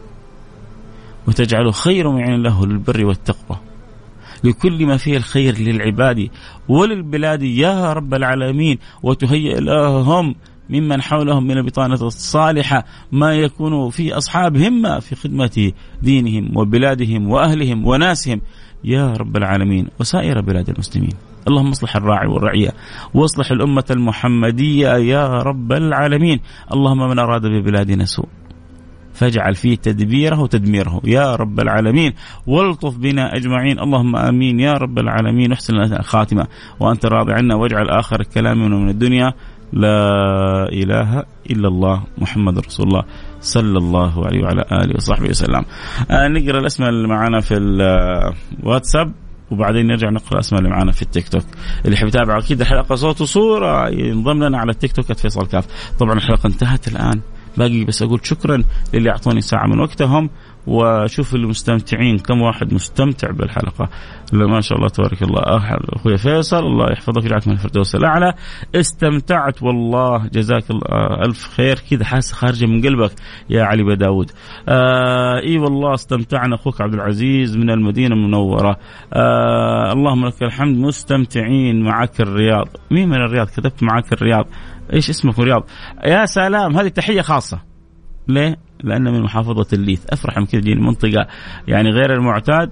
وتجعل خير معين له للبر والتقوى لكل ما فيه الخير للعباد وللبلاد يا رب العالمين. وتهيئ لهم ممن حولهم من البطانة الصالحة ما يكون في أصحاب همة في خدمة دينهم وبلادهم وأهلهم وناسهم يا رب العالمين وسائر بلاد المسلمين. اللهم اصلح الراعي والرعية واصلح الأمة المحمدية يا رب العالمين. اللهم من أراد ببلادنا سوء فاجعل فيه تدبيره وتدميره يا رب العالمين والطف بنا أجمعين. اللهم آمين يا رب العالمين. احسن لنا الخاتمة وأنت راضي عنا واجعل آخر كلامنا من الدنيا لا إله إلا الله محمد رسول الله صلى الله عليه وعلى آله وصحبه وسلم. آه نقرأ الأسماء اللي معنا في الواتساب وبعدين نرجع نقرأ الأسماء اللي معنا في التيك توك. اللي حب يتابع أكيد الحلقة صوت وصورة ينضم لنا على التيك توك @فيصل كاف. طبعا الحلقة انتهت الآن باقي بس أقول شكرا للي أعطوني ساعة من وقتهم وشوف المستمتعين كم واحد مستمتع بالحلقة. ما شاء الله تبارك الله. أخوي فيصل الله يحفظك ويجعلك من الفردوس الأعلى. استمتعت والله جزاك الله ألف خير كذا حاسة خارجة من قلبك يا علي بداود. آه إي والله استمتعنا. أخوك عبد العزيز من المدينة المنورة. آه اللهم لك الحمد مستمتعين معك الرياض. مين من الرياض كتبت معك الرياض؟ إيش اسمك رياض؟ يا سلام هذه تحية خاصة. ليه؟ لأن من محافظة الليث. أفرح من كذا جيني منطقة يعني غير المعتاد.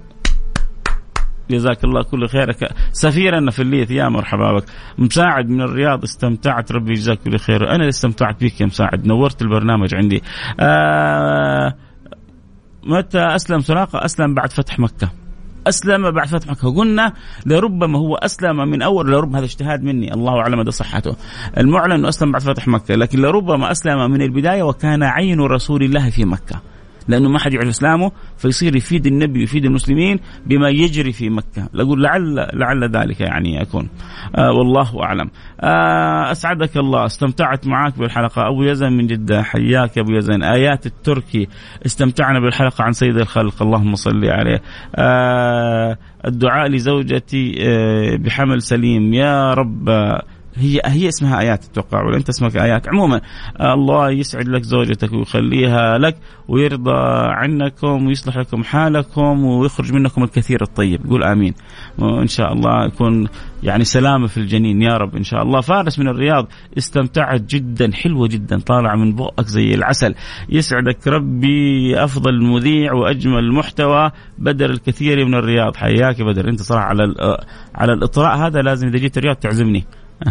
جزاك الله كل خيرك سفيرنا في الليث يا مرحبا بك. مساعد من الرياض استمتعت ربي يجزاك كل خير. أنا استمتعت بك يا مساعد نورت البرنامج عندي. آه متى أسلم سراقة؟ أسلم بعد فتح مكة. أسلم بعد فتح مكة. قلنا لربما هو أسلم من أول لربما هذا اجتهاد مني الله أعلم هذا صحته. المعلن أنه أسلم بعد فتح مكة لكن لربما أسلم من البداية وكان عين رسول الله في مكة لأنه ما حد يعرف إسلامه فيصير يفيد النبي ويفيد المسلمين بما يجري في مكة. لأقول لعل لعل ذلك يعني يكون آه والله أعلم. آه أسعدك الله. استمتعت معك بالحلقة. أبو يزن من جدة حياك أبو يزن. آيات التركي استمتعنا بالحلقة عن سيد الخلق اللهم صل عليه. آه الدعاء لزوجتي آه بحمل سليم يا رب هي هي اسمها آيات أتوقع، ولا أنت اسمك آيات. عموما الله يسعد لك زوجتك ويخليها لك ويرضى عنكم ويصلح لكم حالكم ويخرج منكم الكثير الطيب. قول آمين، وإن شاء الله يكون يعني سلامة في الجنين يا رب إن شاء الله. فارس من الرياض، استمتعت جدا، حلوة جدا، طالعة من بؤك زي العسل. يسعدك ربي، أفضل مذيع وأجمل محتوى. بدر الكثير من الرياض، حياك بدر. أنت صراحة على على الإطراء هذا لازم إذا جيت الرياض تعزمني.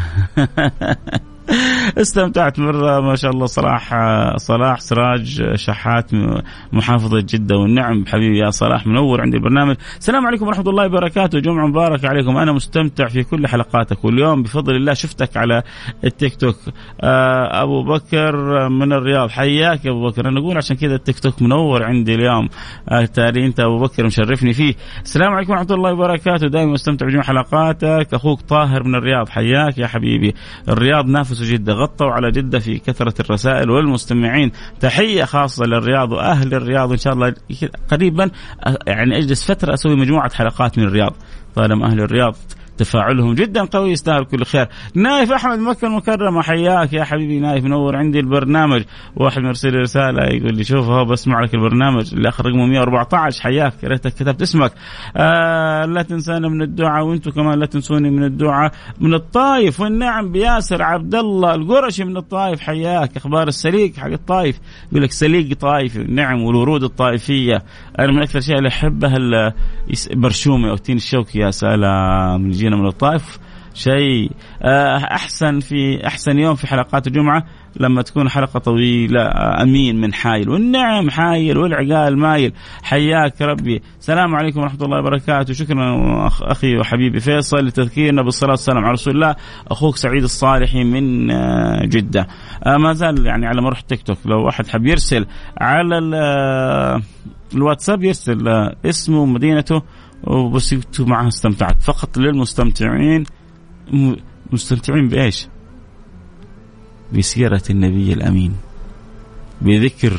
استمتعت مرة ما شاء الله. صلاح صلاح سراج شحات محافظة جدة، والنعم حبيبي يا صلاح، منور عندي البرنامج. السلام عليكم ورحمة الله وبركاته، جمعة مبارك عليكم. أنا مستمتع في كل حلقاتك، واليوم بفضل الله شفتك على التيك توك. أبو بكر من الرياض، حياك يا أبو بكر. أنا أقول عشان كذا التيك توك منور عندي اليوم. تاري أنت أبو بكر مشرفني فيه. السلام عليكم ورحمة الله وبركاته، دائما مستمتع بجميع حلقاتك. أخوك طاهر من الرياض، حياك يا حبيبي. الرياض نافس جدة، غطوا على جدة في كثرة الرسائل والمستمعين. تحية خاصة للرياض وأهل الرياض، إن شاء الله قريبا يعني أجلس فترة أسوي مجموعة حلقات من الرياض، طالما أهل الرياض تفاعلهم جدا قوي، يستاهل كل خير. نايف أحمد مكة المكرمة، حياك يا حبيبي نايف، منور عندي البرنامج. واحد مرسل رسالة يقول لي شوف هو بسمع لك البرنامج اللي آخر رقمه مئة وأربعة عشر، حياك، يا ريتك كتبت اسمك. آه لا تنسانا من الدعاء، وانتم كمان لا تنسوني من الدعاء. من الطائف والنعم بياسر عبد الله القرشي من الطائف، حياك. أخبار السليق حق الطائف، يقول لك سليق طائفي، النعم والورود الطائفية. أنا من أكثر شيء اللي أحبها البرشومي أو تين الشوكي، يا سلام، جينا من الطائف شيء أحسن. في أحسن يوم في حلقات الجمعة لما تكون حلقة طويلة. أمين من حايل، والنعم حايل والعقال مايل، حياك ربي. السلام عليكم ورحمة الله وبركاته. شكرا أخي وحبيبي فيصل لتذكيرنا بالصلاة والسلام على رسول الله. أخوك سعيد الصالحي من جدة. ما زال يعني على مرح تيك توك، لو واحد حب يرسل على الواتساب يرسل اسمه ومدينته وبس يكتب معها استمتعت. فقط للمستمتعين. مستمتعين بإيش؟ بسيرة النبي الأمين، بذكر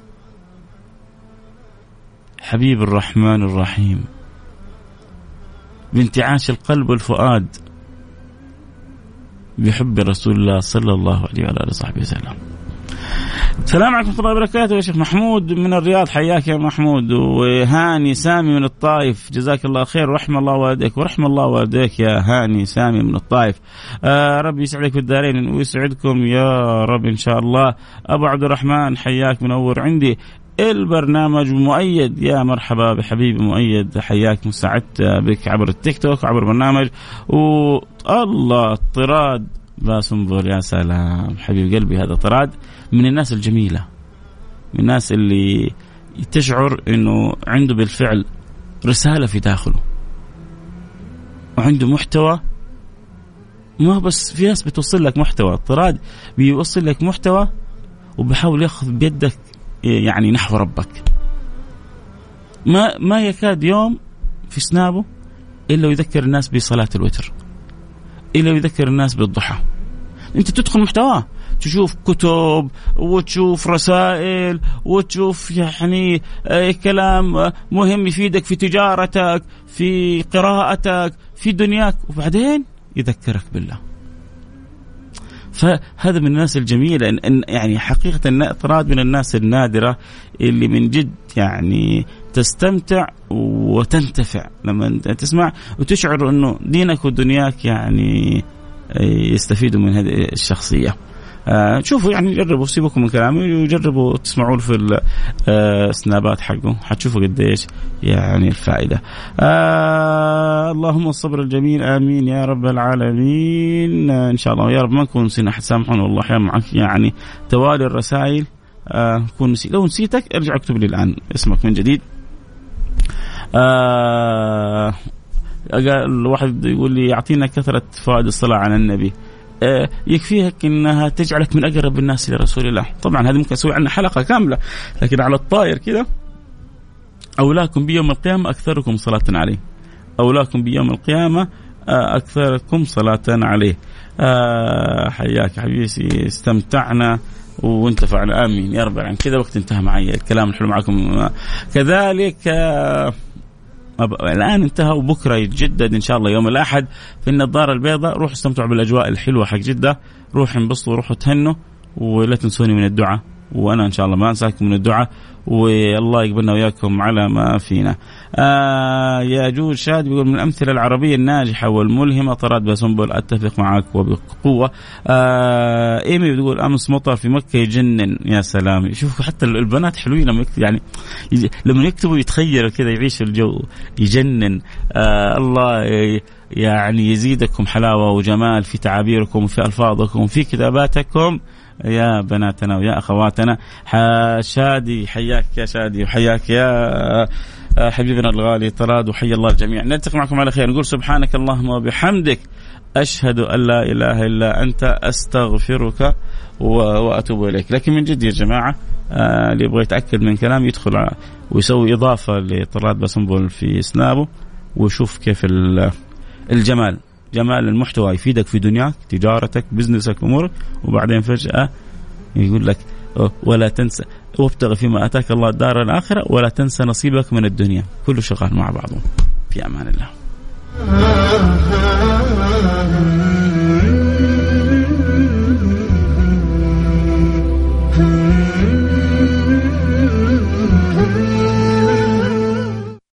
حبيب الرحمن الرحيم، بانتعاش القلب والفؤاد بحب رسول الله صلى الله عليه وعلى آله وصحبه وسلم. السلام عليكم ورحمة الله وبركاته. يا شيخ محمود من الرياض، حياك يا محمود. وهاني سامي من الطائف، جزاك الله خير ورحم الله والديك. ورحم الله والديك يا هاني سامي من الطائف. آه ربي يسعدك في الدارين ويسعدكم يا رب إن شاء الله. أبو عبد الرحمن، حياك، منور عندي البرنامج. مؤيد، يا مرحبا بحبيبي مؤيد، حياك، مساعدت بك عبر التيك توك عبر برنامج. والله طراد باسنبول، يا سلام حبيب قلبي، هذا طراد من الناس الجميلة، من الناس اللي تشعر انه عنده بالفعل رسالة في داخله، وعنده محتوى. ما بس في ناس بتوصل لك محتوى، طراد بيوصل لك محتوى وبحاول ياخذ بيدك يعني نحو ربك. ما ما يكاد يوم في سنابه إلا يذكر الناس بصلاة الوتر، إلا يذكر الناس بالضحى. أنت تدخل محتواه، تشوف كتب وتشوف رسائل وتشوف يعني كلام مهم يفيدك في تجارتك، في قراءتك، في دنياك، وبعدين يذكرك بالله. فهذا من الناس الجميلة، إن يعني حقيقة طراد من الناس النادرة اللي من جد يعني تستمتع وتنتفع لما تسمع وتشعر أنه دينك ودنياك يعني يستفيدوا من هذه الشخصية. آه شوفوا يعني جربوا، سيبكم من كلامي وجربوا تسمعوا في السنابات حقه، حتشوفوا قديش يعني الفائدة. آه اللهم الصبر الجميل، آمين يا رب العالمين. آه إن شاء الله يا رب ما نكون نسينا، سامحونا والله أحيانا معك يعني توالي الرسائل آه كون نسي. لو نسيتك ارجع اكتب لي الآن اسمك من جديد. آه الواحد يقول لي يعطينا كثرة فوائد الصلاة على النبي. آه يكفيك إنها تجعلك من أقرب الناس لرسول الله. طبعا هذه ممكن أسوي عنها حلقة كاملة، لكن على الطائر كده، أولاكم بيوم القيامة أكثركم صلاة عليه، أولاكم بيوم القيامة آه أكثركم صلاة عليه. آه حياك حبيبي، استمتعنا وانتفعنا، آمين يا رب العالمين. كذا وقت انتهى معي الكلام الحلو معكم. كذلك آه الآن انتهى وبكرة يتجدد إن شاء الله يوم الأحد في النظارة البيضاء. روحوا استمتعوا بالأجواء الحلوة حق جدة، روحوا انبسطوا وروحوا تهنوا، ولا تنسوني من الدعاء، وأنا إن شاء الله ما أنساكم من الدعاء، والله يقبلنا وياكم على ما فينا. آه يا جود شاد بيقول من الأمثلة العربية الناجحة والملهمة طراد بسنبل، أتفق معك وبقوة. آه إيمي بتقول أمس مطر في مكة يجنن. يا سلام، شوفوا حتى البنات حلوين لما يكتب، يعني لما يكتبوا يتخيلوا كذا يعيش الجو يجنن. آه الله يعني يزيدكم حلاوة وجمال في تعابيركم وفي ألفاظكم وفي كتاباتكم يا بناتنا ويا أخواتنا. شادي حياك يا شادي، وحياك يا حبيبنا الغالي طراد، وحي الله الجميع. نلتقي معكم على خير، نقول سبحانك اللهم وبحمدك، أشهد أن لا إله إلا أنت، أستغفرك وأتوب إليك. لكن من جد يا جماعة، اللي يبغى يتأكد من كلام يدخل ويسوي إضافة لطراد بسنبل في سنابه ويشوف كيف الجمال، جمال المحتوى يفيدك في دنياك، تجارتك، بزنسك، أمورك، وبعدين فجأة يقول لك ولا تنسى وابتغ فيما أتاك الله الدار الآخرة ولا تنسى نصيبك من الدنيا. كله شغال مع بعضه. في أمان الله.